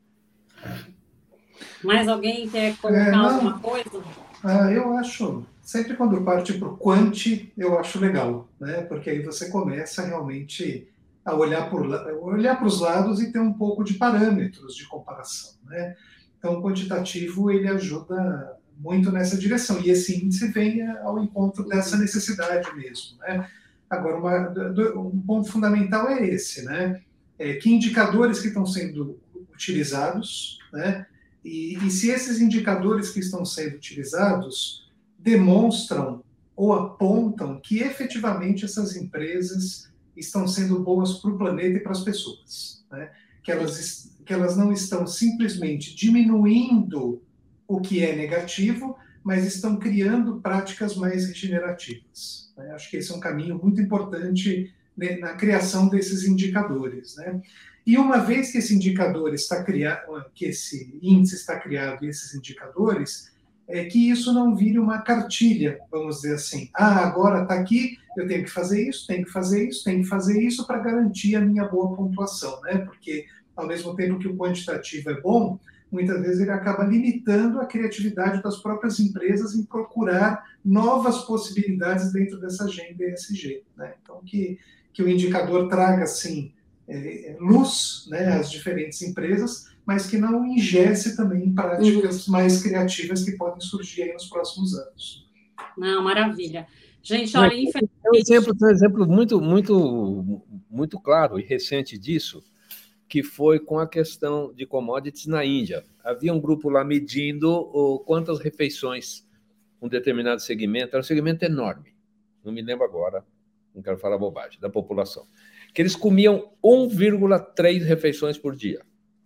Mais alguém quer colocar é, alguma coisa? Ah, eu acho, sempre quando parte para o quanti, eu acho legal, né? Porque aí você começa realmente a olhar por olhar para os lados e ter um pouco de parâmetros de comparação, né? Então, o quantitativo ele ajuda muito nessa direção e esse índice vem ao encontro dessa necessidade mesmo, né? Agora, uma, um ponto fundamental é esse, né? É, que indicadores que estão sendo utilizados, né? E, e se esses indicadores que estão sendo utilizados demonstram ou apontam que efetivamente essas empresas estão sendo boas para o planeta e para as pessoas, né? Que elas, que elas não estão simplesmente diminuindo o que é negativo, mas estão criando práticas mais regenerativas, né? Acho que esse é um caminho muito importante, né, na criação desses indicadores, né? E uma vez que esse indicador está criado, que esse índice está criado e esses indicadores, é que isso não vire uma cartilha, vamos dizer assim. Ah, agora está aqui, eu tenho que fazer isso, tenho que fazer isso, tenho que fazer isso para garantir a minha boa pontuação, né? Porque, ao mesmo tempo que o quantitativo é bom, muitas vezes ele acaba limitando a criatividade das próprias empresas em procurar novas possibilidades dentro dessa agenda E S G, né? Então, que, que o indicador traga, assim, é, luz, né, às diferentes empresas, mas que não ingesse também práticas uhum. mais criativas que podem surgir aí nos próximos anos. Não, maravilha. Gente, olha, infelizmente... Tem um exemplo, tem um exemplo muito, muito, muito claro e recente disso, que foi com a questão de commodities na Índia. Havia um grupo lá medindo o, quantas refeições um determinado segmento, era um segmento enorme, não me lembro agora, não quero falar bobagem, da população, que eles comiam um vírgula três refeições por dia.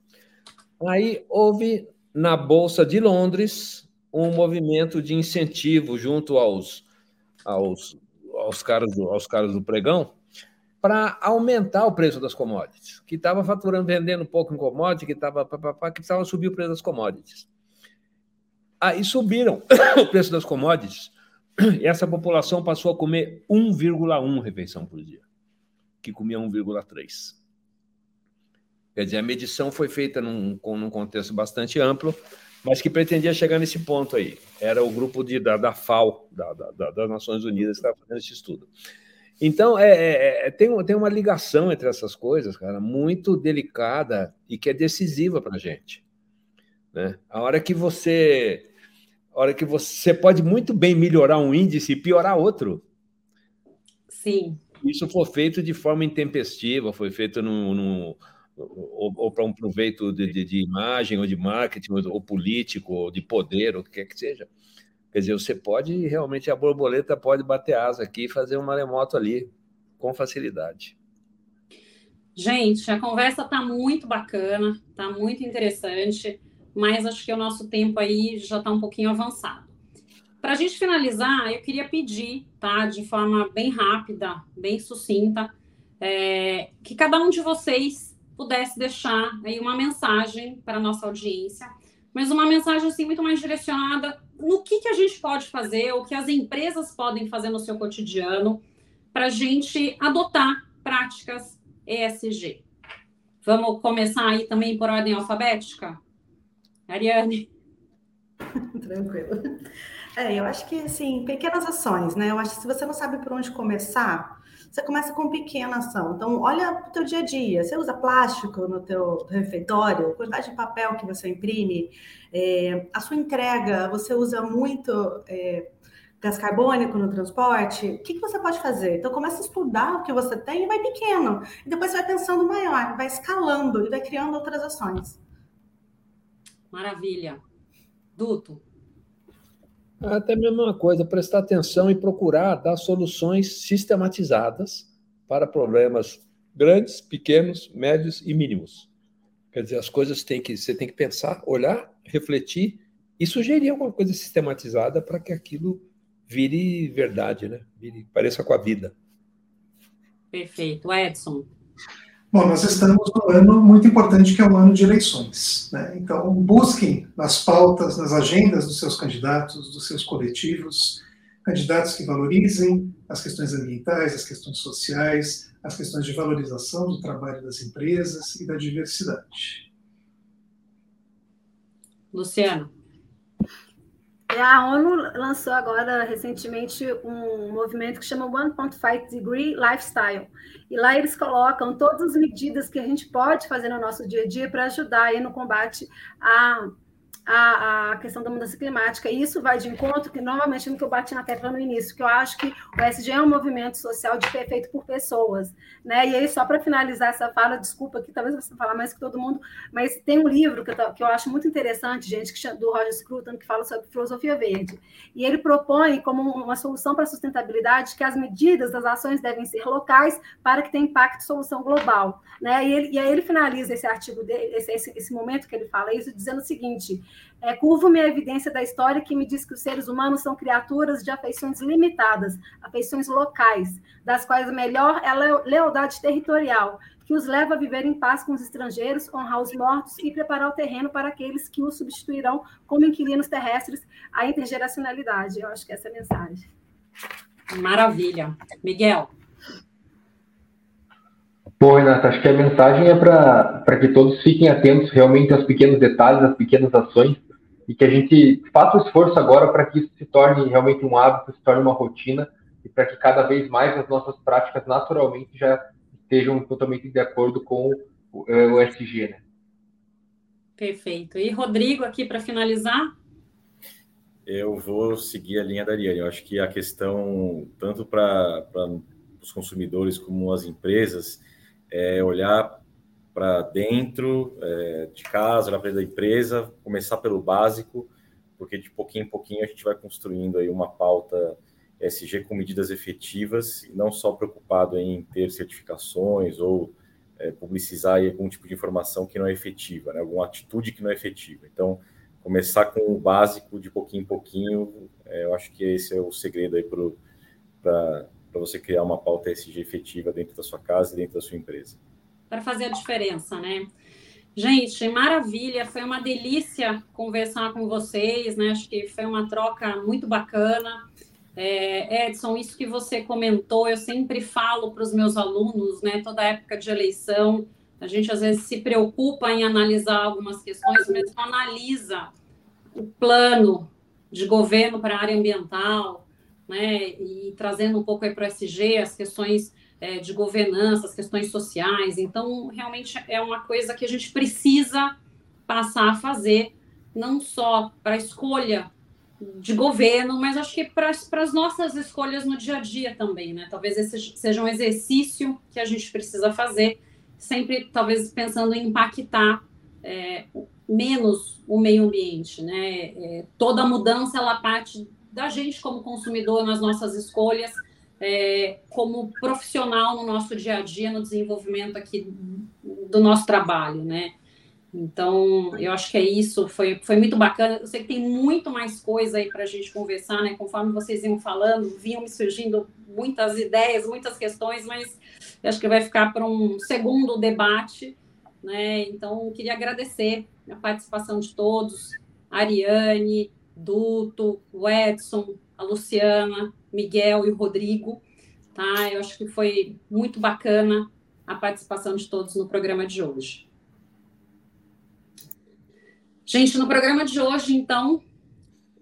Aí houve, na Bolsa de Londres, um movimento de incentivo junto aos, aos, aos, caras, do, aos caras do pregão para aumentar o preço das commodities, que estava faturando, vendendo um pouco em commodity, que estava que estava subir o preço das commodities. Aí subiram o preço das commodities e essa população passou a comer um vírgula um refeição por dia, que comia um vírgula três. Quer dizer, a medição foi feita num, num contexto bastante amplo, mas que pretendia chegar nesse ponto aí. Era o grupo de, da, da F A O, da, da, das Nações Unidas, que estava fazendo esse estudo. Então, é, é, tem, tem uma ligação entre essas coisas, cara, muito delicada e que é decisiva para a gente, né? A hora que você... A hora que você pode muito bem melhorar um índice e piorar outro. Sim. Isso foi feito de forma intempestiva, foi feito no... no ou, ou para um proveito de, de, de imagem, ou de marketing, ou, ou político, ou de poder, ou o que quer que seja. Quer dizer, você pode, realmente, a borboleta pode bater asa aqui e fazer um maremoto ali, com facilidade. Gente, a conversa está muito bacana, está muito interessante, mas acho que o nosso tempo aí já está um pouquinho avançado. Para a gente finalizar, eu queria pedir, tá, de forma bem rápida, bem sucinta, é, que cada um de vocês pudesse deixar aí uma mensagem para a nossa audiência, mas uma mensagem assim, muito mais direcionada no que, que a gente pode fazer, o que as empresas podem fazer no seu cotidiano para a gente adotar práticas E S G. Vamos começar aí também por ordem alfabética? Ariane? Tranquilo. É, eu acho que, assim, pequenas ações, né? Eu acho que se você não sabe por onde começar, você começa com pequena ação. Então, olha para o teu dia a dia. Você usa plástico no teu refeitório? A quantidade de papel que você imprime? É, a sua entrega, você usa muito é, gás carbônico no transporte? O que, que você pode fazer? Então, começa a estudar o que você tem e vai pequeno. E depois você vai pensando maior, vai escalando e vai criando outras ações. Maravilha. Duto. Até a mesma coisa, prestar atenção e procurar dar soluções sistematizadas para problemas grandes, pequenos, médios e mínimos. Quer dizer, as coisas têm que, você tem que pensar, olhar, refletir e sugerir alguma coisa sistematizada para que aquilo vire verdade, né? Vire, pareça com a vida. Perfeito. Edson. Bom, nós estamos num ano muito importante, que é o ano de eleições, né? Então, busquem nas pautas, nas agendas dos seus candidatos, dos seus coletivos, candidatos que valorizem as questões ambientais, as questões sociais, as questões de valorização do trabalho das empresas e da diversidade. Luciano. A ONU lançou agora, recentemente, um movimento que chama one point five degree Lifestyle. E lá eles colocam todas as medidas que a gente pode fazer no nosso dia a dia para ajudar aí no combate a... A, a questão da mudança climática. E isso vai de encontro, que novamente no que eu bati na tecla no início, que eu acho que o E S G é um movimento social de feito por pessoas, né? E aí, só para finalizar essa fala, desculpa que talvez você fale mais que todo mundo, mas tem um livro que eu, que eu acho muito interessante, gente, que chama, do Roger Scruton, que fala sobre filosofia verde. E ele propõe como uma solução para a sustentabilidade que as medidas das ações devem ser locais para que tenha impacto e solução global, né? E, ele, e aí ele finaliza esse artigo, dele, esse, esse, esse momento que ele fala isso, dizendo o seguinte: É, curvo-me a evidência da história que me diz que os seres humanos são criaturas de afeições limitadas, afeições locais, das quais a melhor é a lealdade territorial, que os leva a viver em paz com os estrangeiros, honrar os mortos e preparar o terreno para aqueles que os substituirão como inquilinos terrestres, a intergeracionalidade. Eu acho que essa é a mensagem. Maravilha. Miguel. Bom, Renata, acho que a mensagem é para que todos fiquem atentos realmente aos pequenos detalhes, às pequenas ações, e que a gente faça o esforço agora para que isso se torne realmente um hábito, se torne uma rotina, e para que cada vez mais as nossas práticas naturalmente já estejam totalmente de acordo com o, o E S G, né? Perfeito. E Rodrigo, aqui para finalizar? Eu vou seguir a linha da Ariane. Eu acho que a questão, tanto para os consumidores como as empresas, é olhar para dentro é, de casa, olhar para dentro da empresa, começar pelo básico, porque de pouquinho em pouquinho a gente vai construindo aí uma pauta E S G com medidas efetivas, e não só preocupado em ter certificações ou é, publicizar aí algum tipo de informação que não é efetiva, né? Alguma atitude que não é efetiva. Então, começar com o básico de pouquinho em pouquinho, é, eu acho que esse é o segredo aí para para você criar uma pauta E S G efetiva dentro da sua casa e dentro da sua empresa. Para fazer a diferença, né? Gente, maravilha, foi uma delícia conversar com vocês, né? Acho que foi uma troca muito bacana. É, Edson, isso que você comentou, eu sempre falo para os meus alunos, né? Toda época de eleição, a gente às vezes se preocupa em analisar algumas questões, mas não analisa o plano de governo para a área ambiental, né? E trazendo um pouco aí para o E S G, as questões é, de governança, as questões sociais. Então, realmente é uma coisa que a gente precisa passar a fazer, não só para a escolha de governo, mas acho que para as nossas escolhas no dia a dia também, né? Talvez esse seja um exercício que a gente precisa fazer, sempre talvez pensando em impactar é, menos o meio ambiente, né? É, toda mudança, ela parte da gente como consumidor nas nossas escolhas, é, como profissional no nosso dia a dia, no desenvolvimento aqui do nosso trabalho, né? Então, eu acho que é isso, foi, foi muito bacana. Eu sei que tem muito mais coisa aí para a gente conversar, né? Conforme vocês iam falando, vinham me surgindo muitas ideias, muitas questões, mas eu acho que vai ficar para um segundo debate, né? Então, queria agradecer a participação de todos, a Ariane, Duto, o Edson, a Luciana, Miguel e o Rodrigo, tá? Eu acho que foi muito bacana a participação de todos no programa de hoje. Gente, no programa de hoje, então,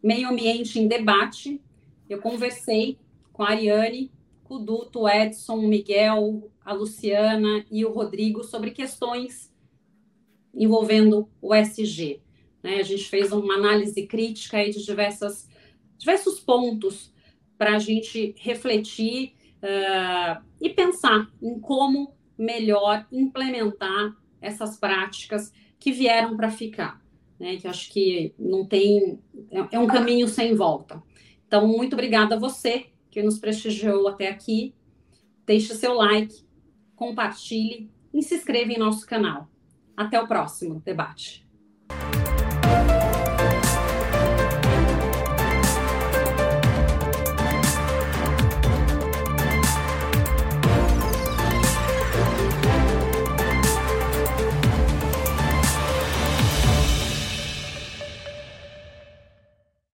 Meio Ambiente em Debate. Eu conversei com a Ariane, com o Duto, o Edson, o Miguel, a Luciana e o Rodrigo sobre questões envolvendo o E S G. Né? A gente fez uma análise crítica aí de diversas, diversos pontos para a gente refletir uh, e pensar em como melhor implementar essas práticas que vieram para ficar, né? Que eu acho que não tem, é um caminho sem volta. Então, muito obrigada a você que nos prestigiou até aqui. Deixe seu like, compartilhe e se inscreva em nosso canal. Até o próximo debate.